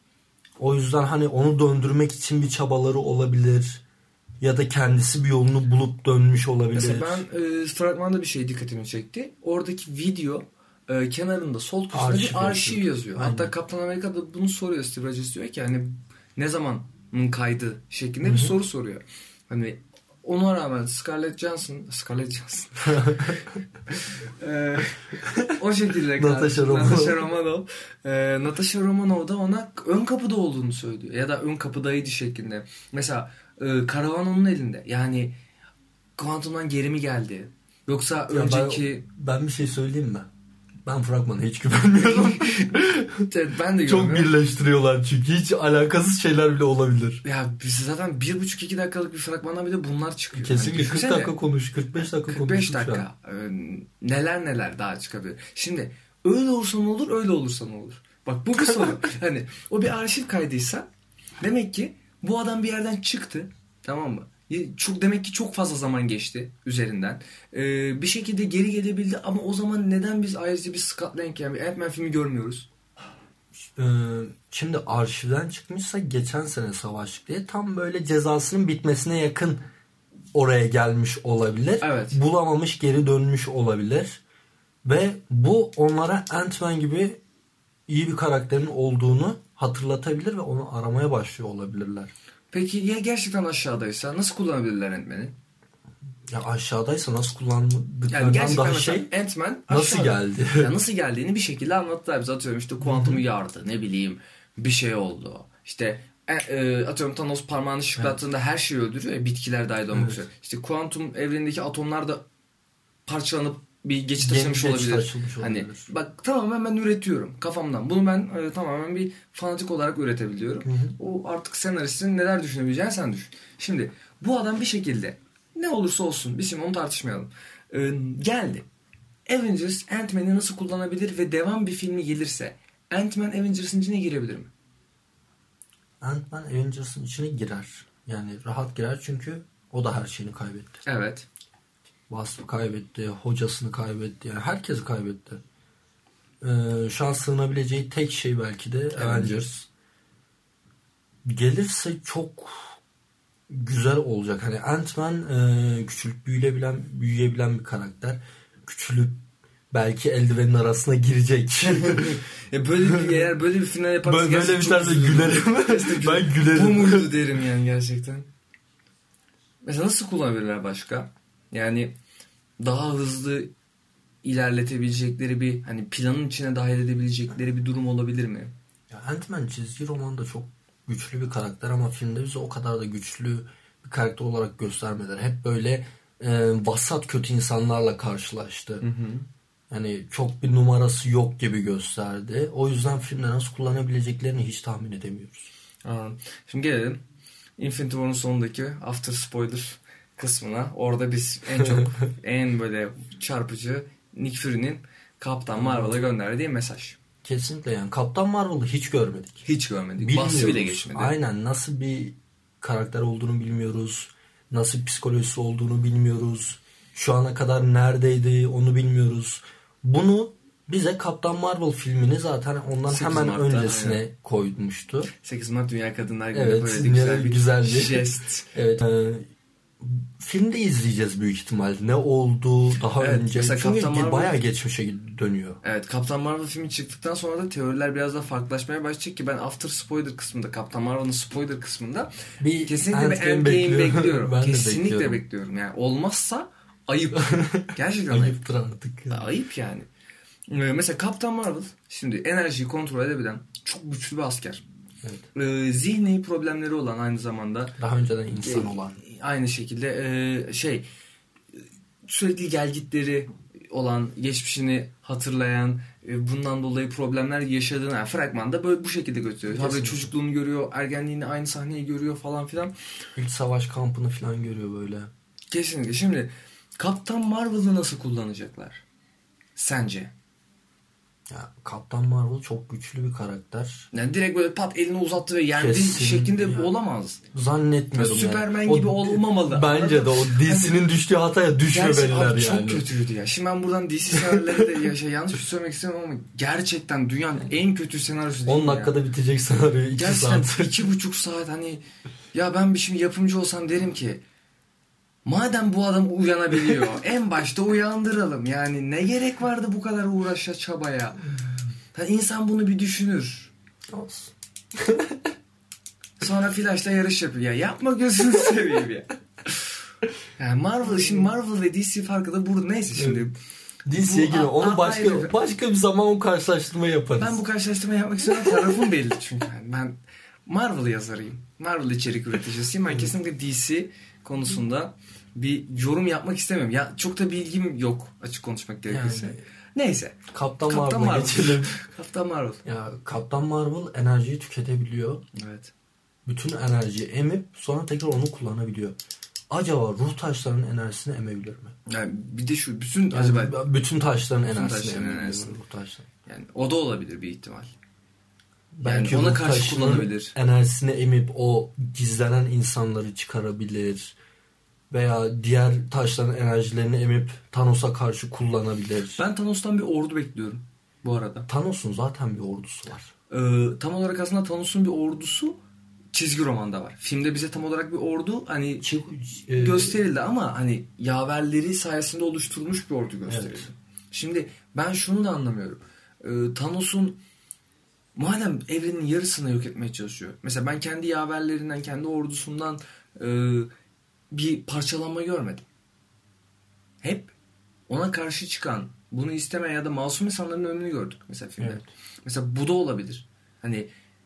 O yüzden hani onu döndürmek için bir çabaları olabilir. Ya da kendisi bir yolunu bulup dönmüş olabilir. Mesela ben fragmanda bir şey dikkatimi çekti. Oradaki video kenarında sol köşesinde bir arşiv yazıyor. Aynen. Hatta Kaptan Amerika'da bunu soruyor. Steve Rogers diyor ki hani ne zamanın kaydı şeklinde bir soru soruyor. Hani ona rağmen Scarlett Johansson o şekilde Natasha Romanoff Natasha Romanoff da ona ön kapıda olduğunu söylüyor. Ya da ön kapıdaydı şeklinde. Mesela karavan onun elinde. Yani kuantumdan geri mi geldi? Yoksa Ya önceki... Ben bir şey söyleyeyim mi? Ben fragmana hiç güvenmiyorum. Ben de çok birleştiriyorlar çünkü. Hiç alakasız şeyler bile olabilir. Ya biz zaten 1,5-2 dakikalık bir fragmandan bile bunlar çıkıyor. Kesinlikle yani 40 dakika konuş, 45 dakika konuş. 45 dakika. Neler daha çıkabilir. Şimdi öyle olursa ne olur, öyle olursa ne olur? Bak bu bir soru. Hani o bir arşiv kaydıysa demek ki bu adam bir yerden çıktı. Tamam mı? Demek ki çok fazla zaman geçti üzerinden. Bir şekilde geri gelebildi ama o zaman neden biz ayrıca bir Scott Lang yani bir Ant-Man filmi görmüyoruz? Şimdi arşivden çıkmışsa geçen sene savaştık diye tam böyle cezasının bitmesine yakın oraya gelmiş olabilir. Evet. Bulamamış geri dönmüş olabilir. Ve bu onlara Ant-Man gibi iyi bir karakterin olduğunu hatırlatabilir ve onu aramaya başlıyor olabilirler. Peki ya gerçekten aşağıdaysa nasıl kullanabilirler Ant-Man'i? Ya aşağıdaysa nasıl kullandıklarından yani gerçekten daha Ant-Man nasıl geldi? Ya nasıl geldiğini bir şekilde anlattılar. Biz atıyorum işte kuantumu yardı, ne bileyim bir şey oldu. İşte atıyorum Thanos parmağını şıklattığında her şeyi öldürüyor ya, bitkiler dahil olmak üzere. İşte kuantum evrenindeki atomlar da parçalanıp bir geçit açılmış olabilir. Hani bak tamamen ben üretiyorum kafamdan. Bunu ben tamamen bir fanatik olarak üretebiliyorum. O artık senaristin neler düşünebileceğini sen düşün. Şimdi bu adam bir şekilde ne olursa olsun biz şimdi onu tartışmayalım. Geldi. Avengers Ant-Man'i nasıl kullanabilir ve devam bir filmi gelirse Ant-Man Avengers'ın içine girebilir mi? Ant-Man Avengers'ın içine girer. Yani rahat girer çünkü o da her şeyini kaybetti. Evet. Wasp'ı kaybetti, hocasını kaybetti. Yani herkesi kaybetti. Şu an sığınabileceği tek şey belki de Avengers. Gelirse çok güzel olacak. Hani Ant-Man küçülüp büyüyebilen bir karakter. Küçülüp belki eldivenin arasına girecek. Eğer böyle bir final yaparsa böyle bir tane gülerim. Ben gülerim. Bu muydu derim yani gerçekten. Mesela nasıl kullanabilirler başka? Yani daha hızlı ilerletebilecekleri bir hani planın içine dahil edebilecekleri bir durum olabilir mi? Ya Ant-Man çizgi romanda çok güçlü bir karakter ama filmde bize o kadar da güçlü bir karakter olarak göstermediler. Hep böyle vasat kötü insanlarla karşılaştı. Yani çok bir numarası yok gibi gösterdi. O yüzden filmde nasıl kullanabileceklerini hiç tahmin edemiyoruz. Şimdi gelelim Infinity War'un sonundaki after spoiler kısmına. Orada biz en çok en böyle çarpıcı Nick Fury'nin Kaptan Marvel'a gönderdiği mesaj. Kesinlikle yani Kaptan Marvel'ı hiç görmedik. Hiç görmedik. Bahsi bile geçmedi. Aynen, nasıl bir karakter olduğunu bilmiyoruz. Nasıl bir psikolojisi olduğunu bilmiyoruz. Şu ana kadar neredeydi onu bilmiyoruz. Bunu bize Kaptan Marvel filmini zaten ondan hemen Mart'ta, öncesine koymuştu. 8 Mart Dünya Kadınlar Günü, evet, böyle güzel bir jest. Evet. Filmde izleyeceğiz büyük ihtimalle. Ne oldu daha önce? Çünkü Marvel, bayağı geçmişe dönüyor. Evet, Kaptan Marvel filmi çıktıktan sonra da teoriler biraz daha farklılaşmaya başlayacak ki ben after spoiler kısmında, Kaptan Marvel'ın spoiler kısmında kesinlikle bir Endgame bekliyorum. Kesinlikle bekliyorum. Yani olmazsa ayıp. Gerçekten ayıptır artık. Ayıp yani. Mesela Kaptan Marvel şimdi enerjiyi kontrol edebilen çok güçlü bir asker. Evet. Zihni problemleri olan, aynı zamanda daha önceden insan olan, aynı şekilde sürekli gelgitleri olan, geçmişini hatırlayan, bundan dolayı problemler yaşadığını yani fragmanda böyle bu şekilde gösteriyor. Tabii çocukluğunu görüyor, ergenliğini, aynı sahneyi görüyor falan filan. İlk savaş kampını falan görüyor böyle. Kesinlikle. Şimdi Kaptan Marvel'ı nasıl kullanacaklar sence? Ya Kaptan Marvel çok güçlü bir karakter. Yani direkt böyle pat elini uzattı ve yendi şeklinde ya olamaz. Zannetmiyorum. Superman gibi olmamalı. Bence de o DC'nin düştüğü hataya düşmemeliler yani. Çok kötüydü ya. Şimdi ben buradan DC senaryoları de yanlış bir şey söylemek istemiyorum ama gerçekten dünyanın en kötü senaryosu değil 10 dakikada ya. Bitecek senaryo 2 saat. Gerçekten 2,5 saat hani ya ben bir şimdi yapımcı olsam derim ki Madem bu adam uyanabiliyor en başta uyandıralım. Yani ne gerek vardı bu kadar uğraşa çabaya? Yani insan bunu bir düşünür. Olsun. Sonra Flash'la yarış yapıyor. Ya yapma gözünü seveyim ya. Yani Marvel ve DC farkı da burada. Neyse şimdi. DC'ye giriyor. Onu başka bir zaman o karşılaştırma yaparız. Ben bu karşılaştırmayı yapmak istiyorum. Tarafım belli çünkü. Ben Marvel yazarıyım. Marvel içerik üreticisiyim. Ben kesinlikle DC konusunda bir yorum yapmak istemiyorum. Ya çok da bilgim yok açık konuşmak gerekirse. Yani, neyse. Kaptan Marvel'a geçelim. Kaptan Marvel. Ya Kaptan Marvel enerjiyi tüketebiliyor. Evet. Bütün enerjiyi emip sonra tekrar onu kullanabiliyor. Acaba ruh taşlarının enerjisini emebilir mi? Yani bir de şu bütün bütün taşların enerjisini emebilir mi? Ruh taşları. Yani o da olabilir bir ihtimal. Belki yani ona karşı kullanabilir. Enerjisini emip o gizlenen insanları çıkarabilir. Veya diğer taşların enerjilerini emip Thanos'a karşı kullanabilir. Ben Thanos'tan bir ordu bekliyorum bu arada. Thanos'un zaten bir ordusu var. Tam olarak aslında Thanos'un bir ordusu çizgi romanda var. Filmde bize tam olarak bir ordu hani gösterildi ama hani yaverleri sayesinde oluşturulmuş bir ordu gösterildi. Evet. Şimdi ben şunu da anlamıyorum. Thanos'un madem evrenin yarısını yok etmeye çalışıyor. Mesela ben kendi yaverlerinden, kendi ordusundan bir parçalanma görmedim. Hep ona karşı çıkan, bunu istemeyen ya da masum insanların önünü gördük mesela filmde. Evet. Mesela bu da olabilir. Hani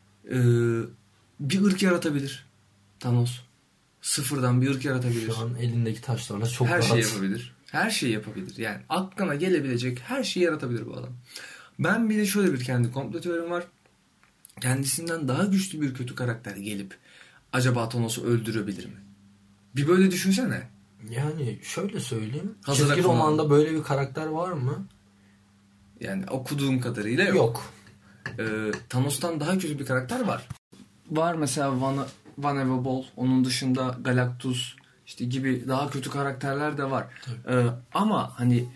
bir ırk yaratabilir Thanos. Sıfırdan bir ırk yaratabilir. Şu an elindeki taşlarla çok her rahat. Her şeyi yapabilir. Her şeyi yapabilir. Yani aklına gelebilecek her şeyi yaratabilir bu adam. Ben bir de şöyle bir kendi komplo teorim var. Kendisinden daha güçlü bir kötü karakter gelip acaba Thanos'u öldürebilir mi? Bir böyle düşünsene. Yani şöyle söyleyeyim. Çizgi romanda böyle bir karakter var mı? Yani okuduğum kadarıyla yok. Thanos'tan daha kötü bir karakter var. Var mesela Vanilla Ball. Onun dışında Galactus işte gibi daha kötü karakterler de var. Ama hani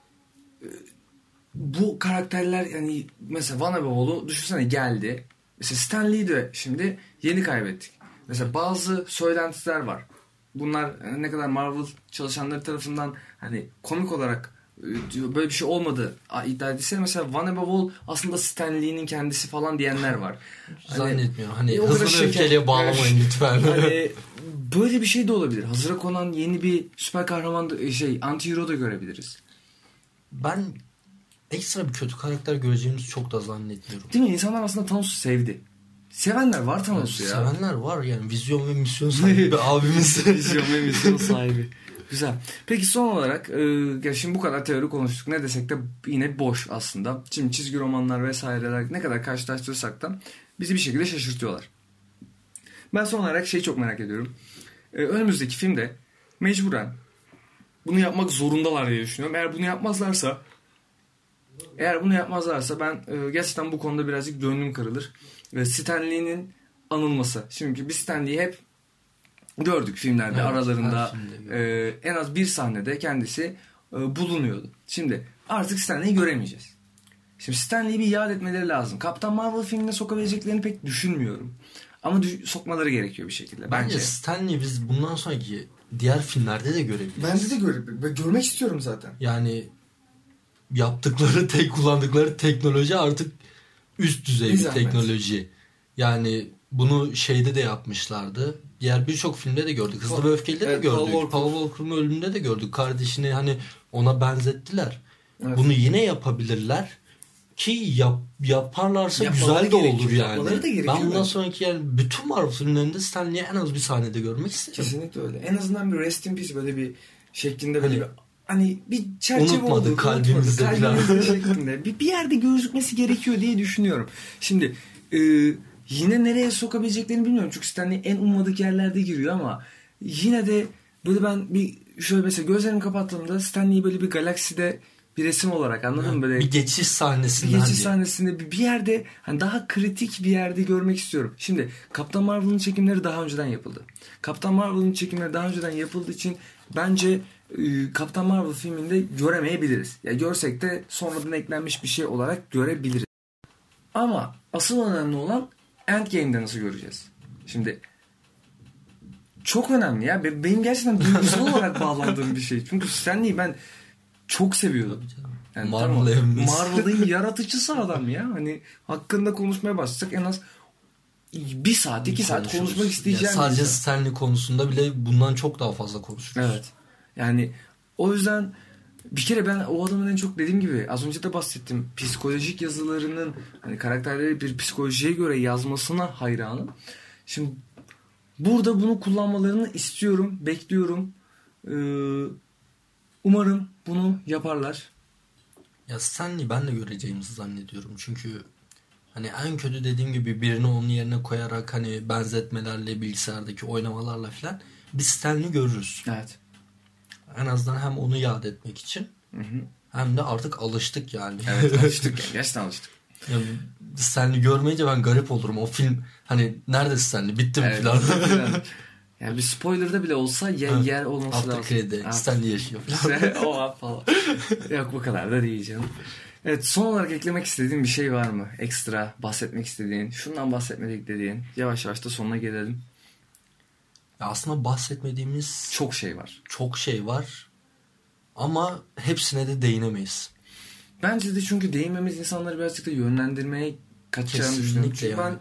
bu karakterler yani mesela Vanilla Ball'u düşünsene geldi. Mesela Stan Lee'yi de şimdi yeni kaybettik. Mesela bazı söylentiler var. Bunlar ne kadar Marvel çalışanları tarafından hani komik olarak böyle bir şey olmadı iddia edilse mesela Vanilla Ball aslında Stan Lee'nin kendisi falan diyenler var. Zannetmiyorum. Hani hızlı öfkeliye bağlamayın lütfen. Hani böyle bir şey de olabilir. Hazıra konan yeni bir süper kahraman anti-hero da görebiliriz. Ben ekstra bir kötü karakter göreceğimizi çok da zannetmiyorum. Değil mi? İnsanlar aslında Thanos'u sevdi. Sevenler var Thanos'u ya. Sevenler var yani. Vizyon ve misyon sahibi abimiz. Vizyon ve misyon sahibi. Güzel. Peki son olarak şimdi bu kadar teori konuştuk. Ne desek de yine boş aslında. Şimdi çizgi romanlar vesaireler ne kadar karşılaştırırsak da bizi bir şekilde şaşırtıyorlar. Ben son olarak şeyi çok merak ediyorum. Önümüzdeki filmde mecburen bunu yapmak zorundalar diye düşünüyorum. Eğer bunu yapmazlarsa ben gerçekten bu konuda birazcık gönlüm kırılır. Stan Lee'nin anılması. Çünkü biz Stan Lee'yi hep gördük filmlerde, evet, aralarında en az bir sahnede kendisi bulunuyordu. Şimdi artık Stan Lee'yi göremeyeceğiz. Şimdi Stan Lee'yi bir yad etmeleri lazım. Kaptan Marvel filmine sokabileceklerini pek düşünmüyorum. Ama sokmaları gerekiyor bir şekilde. Bence Stan Lee biz bundan sonraki diğer filmlerde de görebiliriz. Bence de görebiliriz. Ben görmek istiyorum zaten. Yani kullandıkları teknoloji artık üst düzey bir teknoloji. Yani bunu şeyde de yapmışlardı. Diğer birçok filmde de gördük. Hızlı ve Öfkeli'de de gördük. Paul Walker'ın ölümünde de gördük. Kardeşini hani ona benzettiler. Evet. Bunu yine yapabilirler. Ki yaparlarsa güzel de olur yani. Ben bundan sonraki yani bütün Marvel filmlerinde Stan Lee'yi en az bir sahnede görmek isterim. Kesinlikle öyle. En azından bir Rest in Peace böyle bir şeklinde böyle hani bir çerçeve unutmadık kalbimizde şeklinde. Bir yerde gözükmesi gerekiyor diye düşünüyorum. Şimdi yine nereye sokabileceklerini bilmiyorum. Çünkü Stan Lee en ummadık yerlerde giriyor ama yine de böyle ben şöyle mesela gözlerimi kapattığımda Stan Lee'yi böyle bir galakside bir resim olarak anladın mı? Böyle bir geçiş sahnesinde bir yerde hani daha kritik bir yerde görmek istiyorum. Şimdi Kaptan Marvel'ın çekimleri daha önceden yapıldı. Kaptan Marvel'ın çekimleri daha önceden yapıldığı için bence Kaptan Marvel filminde göremeyebiliriz. Ya görsek de sonradan eklenmiş bir şey olarak görebiliriz. Ama asıl önemli olan Endgame'de nasıl göreceğiz? Şimdi çok önemli ya. Benim gerçekten duygusal olarak bağlandığım bir şey. Çünkü Stan Lee ben çok seviyordum. Yani Marvel'ın yaratıcısı adam ya. Hani hakkında konuşmaya başlasak en az 1 saat 2 saat konuşmak isteyeceğim. Yani sadece Stan Lee konusunda bile bundan çok daha fazla konuşuruz. Evet. Yani o yüzden bir kere ben o adamın en çok dediğim gibi az önce de bahsettim. Psikolojik yazılarının hani karakterleri bir psikolojiye göre yazmasına hayranım. Şimdi burada bunu kullanmalarını istiyorum, bekliyorum. Umarım bunu yaparlar. Ya Stan Lee ben de göreceğimizi zannediyorum. Çünkü hani en kötü dediğim gibi birini onun yerine koyarak hani benzetmelerle, bilgisayardaki oynamalarla filan biz Stan Lee görürüz. Evet. En azından hem onu yad etmek için hem de artık alıştık yani. Evet alıştık yani. Gerçekten alıştık. Yani Stan Lee görmeyince ben garip olurum. O film hani nerede Stan Lee? Bitti mi filan. Yani bir spoiler'da bile olsa yer olması lazım. After kredi. Stan Lee yaşıyor falan. O falan. Yok bu kadar da değil canım. Evet son olarak eklemek istediğin bir şey var mı? Ekstra bahsetmek istediğin, şundan bahsetmedik dediğin. Yavaş yavaş da sonuna gelelim. Ya aslında bahsetmediğimiz çok şey var. Çok şey var. Ama hepsine de değinemeyiz. Bence de çünkü değinmemiz insanları birazcık da yönlendirmeye kaçacağını düşünüyorum. Çünkü yani.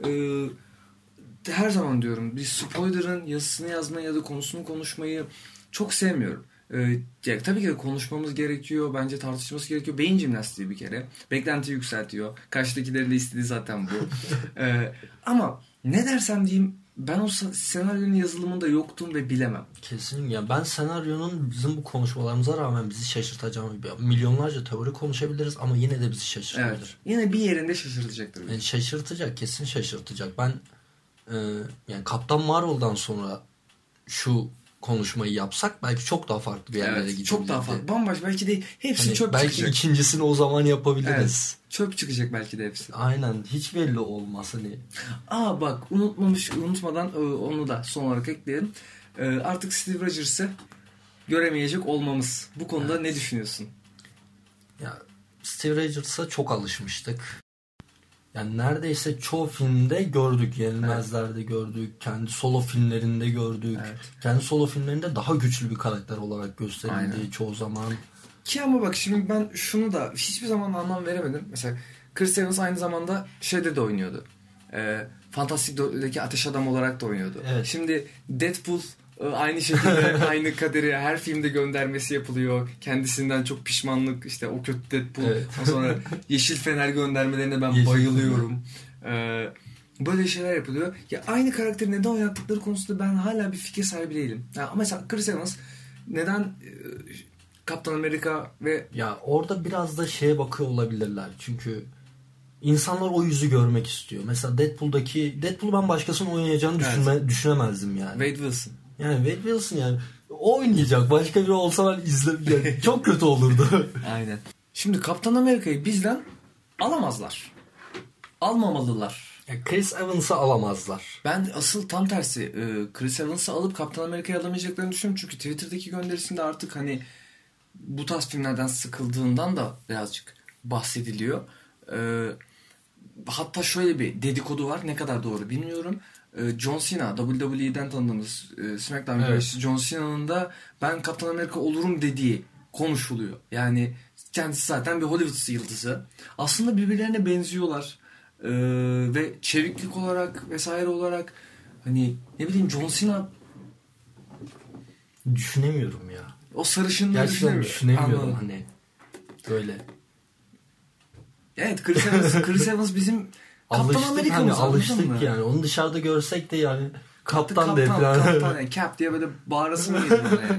Ben her zaman diyorum bir spoiler'ın yazısını yazmayı ya da konusunu konuşmayı çok sevmiyorum. Yani tabii ki de konuşmamız gerekiyor. Bence tartışması gerekiyor. Beyin jimnastiği bir kere. Beklenti yükseltiyor. Karşıdakilerin de istediği zaten bu. Ama ne dersem diyeyim ben o senaryonun yazılımında yoktum ve bilemem. Kesinlikle. Yani ben senaryonun bizim bu konuşmalarımıza rağmen bizi şaşırtacağını milyonlarca teori konuşabiliriz ama yine de bizi şaşırtabilir. Evet. Yine bir yerinde şaşırtacaktır. Yani şaşırtacak. Kesin şaşırtacak. Ben yani Kaptan Marvel'dan sonra şu konuşmayı yapsak belki çok daha farklı bir yerlere gidebilirdi. Çok daha farklı. Bambaşka belki de hepsi hani çöp belki çıkacak. Belki ikincisini o zaman yapabiliriz. Evet, çöp çıkacak belki de hepsi. Aynen. Hiç belli olmaz hani. Bak unutmadan onu da son olarak ekleyelim. Artık Steve Rogers'ı göremeyecek olmamız. Bu konuda ne düşünüyorsun? Ya Steve Rogers'a çok alışmıştık. Yani neredeyse çoğu filmde gördük. Yenilmezler'de gördük. Kendi solo filmlerinde gördük. Evet. Kendi solo filmlerinde daha güçlü bir karakter olarak gösterildi çoğu zaman. Ki ama bak şimdi ben şunu da hiçbir zaman anlam veremedim. Mesela Chris Evans aynı zamanda şeyde de oynuyordu. Fantastic Dörtlü'deki Ateş Adam olarak da oynuyordu. Evet. Şimdi Deadpool aynı şekilde aynı kaderi her filmde göndermesi yapılıyor. Kendisinden çok pişmanlık işte o kötü Deadpool. Evet. Sonra Yeşil Fener göndermelerine ben bayılıyorum. Böyle şeyler yapılıyor. Ya aynı karakteri neden oynattıkları konusunda ben hala bir fikir sahibi değilim. Ya mesela Chris Evans neden Kaptan Amerika ve ya orada biraz da şeye bakıyor olabilirler. Çünkü İnsanlar o yüzü görmek istiyor. Mesela Deadpool'u ben başkasının oynayacağını düşünemezdim yani. Wade Wilson. Yani Wade Wilson yani o oynayacak. Başka biri olsa ben izlemeyeceğim. Çok kötü olurdu. Aynen. Şimdi Kaptan Amerika'yı bizden alamazlar. Almamalılar. Ya Chris Evans'ı alamazlar. Ben asıl tam tersi Chris Evans'ı alıp Kaptan Amerika'yı alamayacaklarını düşünüyorum. Çünkü Twitter'daki gönderisinde artık hani bu tarz filmlerden sıkıldığından da birazcık bahsediliyor. Hatta şöyle bir dedikodu var. Ne kadar doğru bilmiyorum. John Cena, WWE'den tanıdığımız SmackDown güreşçisi John Cena'nın da ben Kaptan Amerika olurum dediği konuşuluyor. Yani kendisi zaten bir Hollywood yıldızı. Aslında birbirlerine benziyorlar. Ve çeviklik olarak vesaire olarak hani ne bileyim John Cena düşünemiyorum ya. O sarışınlığı düşünemiyorum. Hani böyle. Evet Chris Evans bizim Kaptan Amerika'mız alıştık yani. Onu dışarıda görsek de yani kaptan de falan. Kaptan yani Cap diye böyle bağırasını geliyor yani.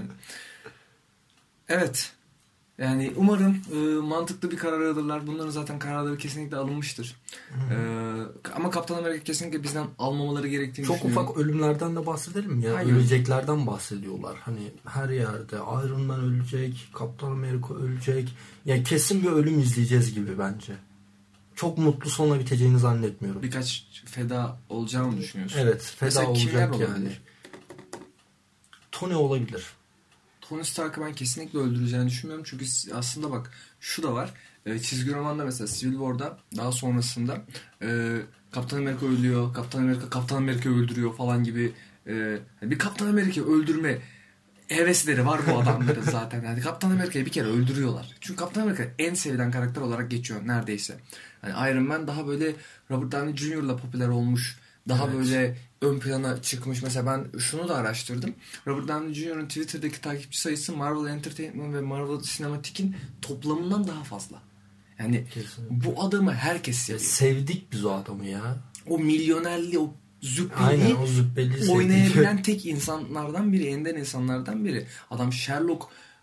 Evet. Yani umarım mantıklı bir karar alırlar. Bunların zaten kararları kesinlikle alınmıştır. Ama Kaptan Amerika kesinlikle bizden almamaları gerektiğini çok düşünüyorum. Çok ufak ölümlerden de bahsedelim ya. Hayır. Öleceklerden bahsediyorlar. Hani her yerde Iron Man ölecek, Kaptan Amerika ölecek. Yani kesin bir ölüm izleyeceğiz gibi bence. Çok mutlu sonla biteceğini zannetmiyorum. Birkaç feda olacağını düşünüyorsun. Evet, feda mesela olacak yani. Tony olabilir. Tony Stark'ı ben kesinlikle öldüreceğini düşünmüyorum. Çünkü aslında bak şu da var. Çizgi romanda mesela Civil War'da daha sonrasında Kaptan Amerika ölüyor. Kaptan Amerika öldürüyor falan gibi bir Kaptan Amerika'yı öldürme hevesleri var bu adamların zaten. Yani Kaptan Amerika'yı bir kere öldürüyorlar. Çünkü Kaptan Amerika en sevilen karakter olarak geçiyor neredeyse. Yani Iron Man daha böyle Robert Downey Jr.'la popüler olmuş. Daha böyle ön plana çıkmış. Mesela ben şunu da araştırdım. Robert Downey Jr.'ın Twitter'daki takipçi sayısı Marvel Entertainment ve Marvel Cinematic'in toplamından daha fazla. Yani bu adamı herkes seviyor. Sevdik biz o adamı ya. O milyonerli, o züppeliği oynayabilen tek insanlardan biri, ender insanlardan biri. Adam Sherlock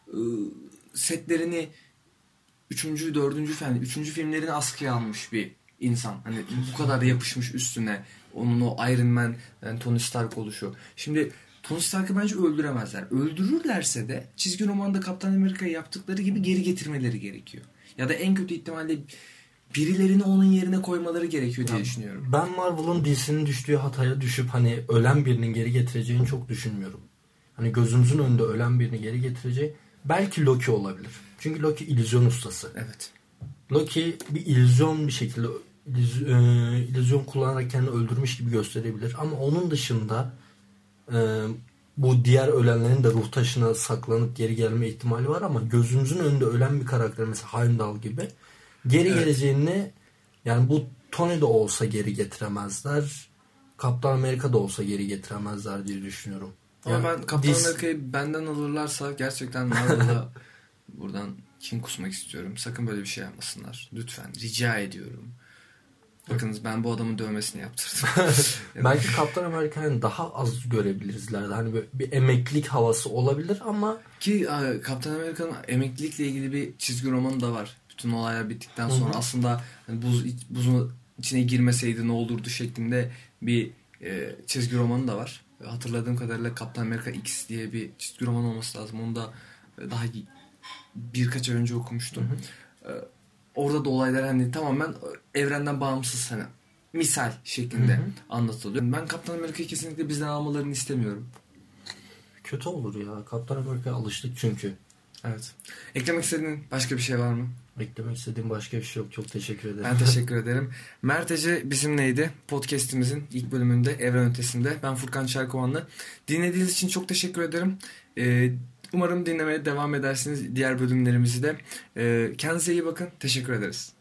setlerini 3. 4. falan 3. filmlerini askıya almış bir insan. Hani bu kadar yapışmış üstüne. Onun o Iron Man, yani Tony Stark oluşu. Şimdi Tony Stark'ı bence öldüremezler. Öldürürlerse de çizgi romanda Kaptan Amerika'yı yaptıkları gibi geri getirmeleri gerekiyor. Ya da en kötü ihtimalle birilerini onun yerine koymaları gerekiyor diye düşünüyorum. Ben Marvel'ın DC'nin düştüğü hataya düşüp hani ölen birinin geri getireceğini çok düşünmüyorum. Hani gözümüzün önünde ölen birini geri getireceği belki Loki olabilir. Çünkü Loki illüzyon ustası. Evet. Loki bir illüzyon bir şekilde illüzyon kullanarak kendini öldürmüş gibi gösterebilir. Ama onun dışında bu diğer ölenlerin de ruh taşına saklanıp geri gelme ihtimali var ama gözümüzün önünde ölen bir karakter mesela Heimdall gibi geri geleceğini, yani bu Tony de olsa geri getiremezler. Kaptan Amerika da olsa geri getiremezler diye düşünüyorum. Ama yani ben Kaptan Amerika'yı benden alırlarsa gerçekten Marvel'a buradan kin kusmak istiyorum. Sakın böyle bir şey yapmasınlar. Lütfen. Rica ediyorum. Bakınız ben bu adamın dövmesini yaptırdım. Belki Kaptan Amerika'yı daha az görebilirizlerdi. Hani böyle bir emeklilik havası olabilir ama... Ki Kaptan Amerika'nın emeklilikle ilgili bir çizgi romanı da var. Bütün olaylar bittikten sonra aslında hani buzun içine girmeseydi ne olurdu şeklinde bir çizgi romanı da var. Hatırladığım kadarıyla Kaptan Amerika X diye bir çizgi roman olması lazım. Onu da daha birkaç ay önce okumuştum. Orada da olaylar hani tamamen evrenden bağımsız, hani misal şeklinde anlatılıyor. Ben Kaptan Amerika'yı kesinlikle bizden almalarını istemiyorum. Kötü olur ya. Kaptan Amerika'ya alıştık çünkü. Evet. Eklemek istediğin başka bir şey var mı? Eklemek istediğim başka bir şey yok. Çok teşekkür ederim. Ben teşekkür ederim. Mert Ece bizimleydi. Podcast'imizin ilk bölümünde, Evren Ötesi'nde. Ben Furkan Çerkovanlı. Dinlediğiniz için çok teşekkür ederim. Umarım dinlemeye devam edersiniz diğer bölümlerimizi de. Kendinize iyi bakın. Teşekkür ederiz.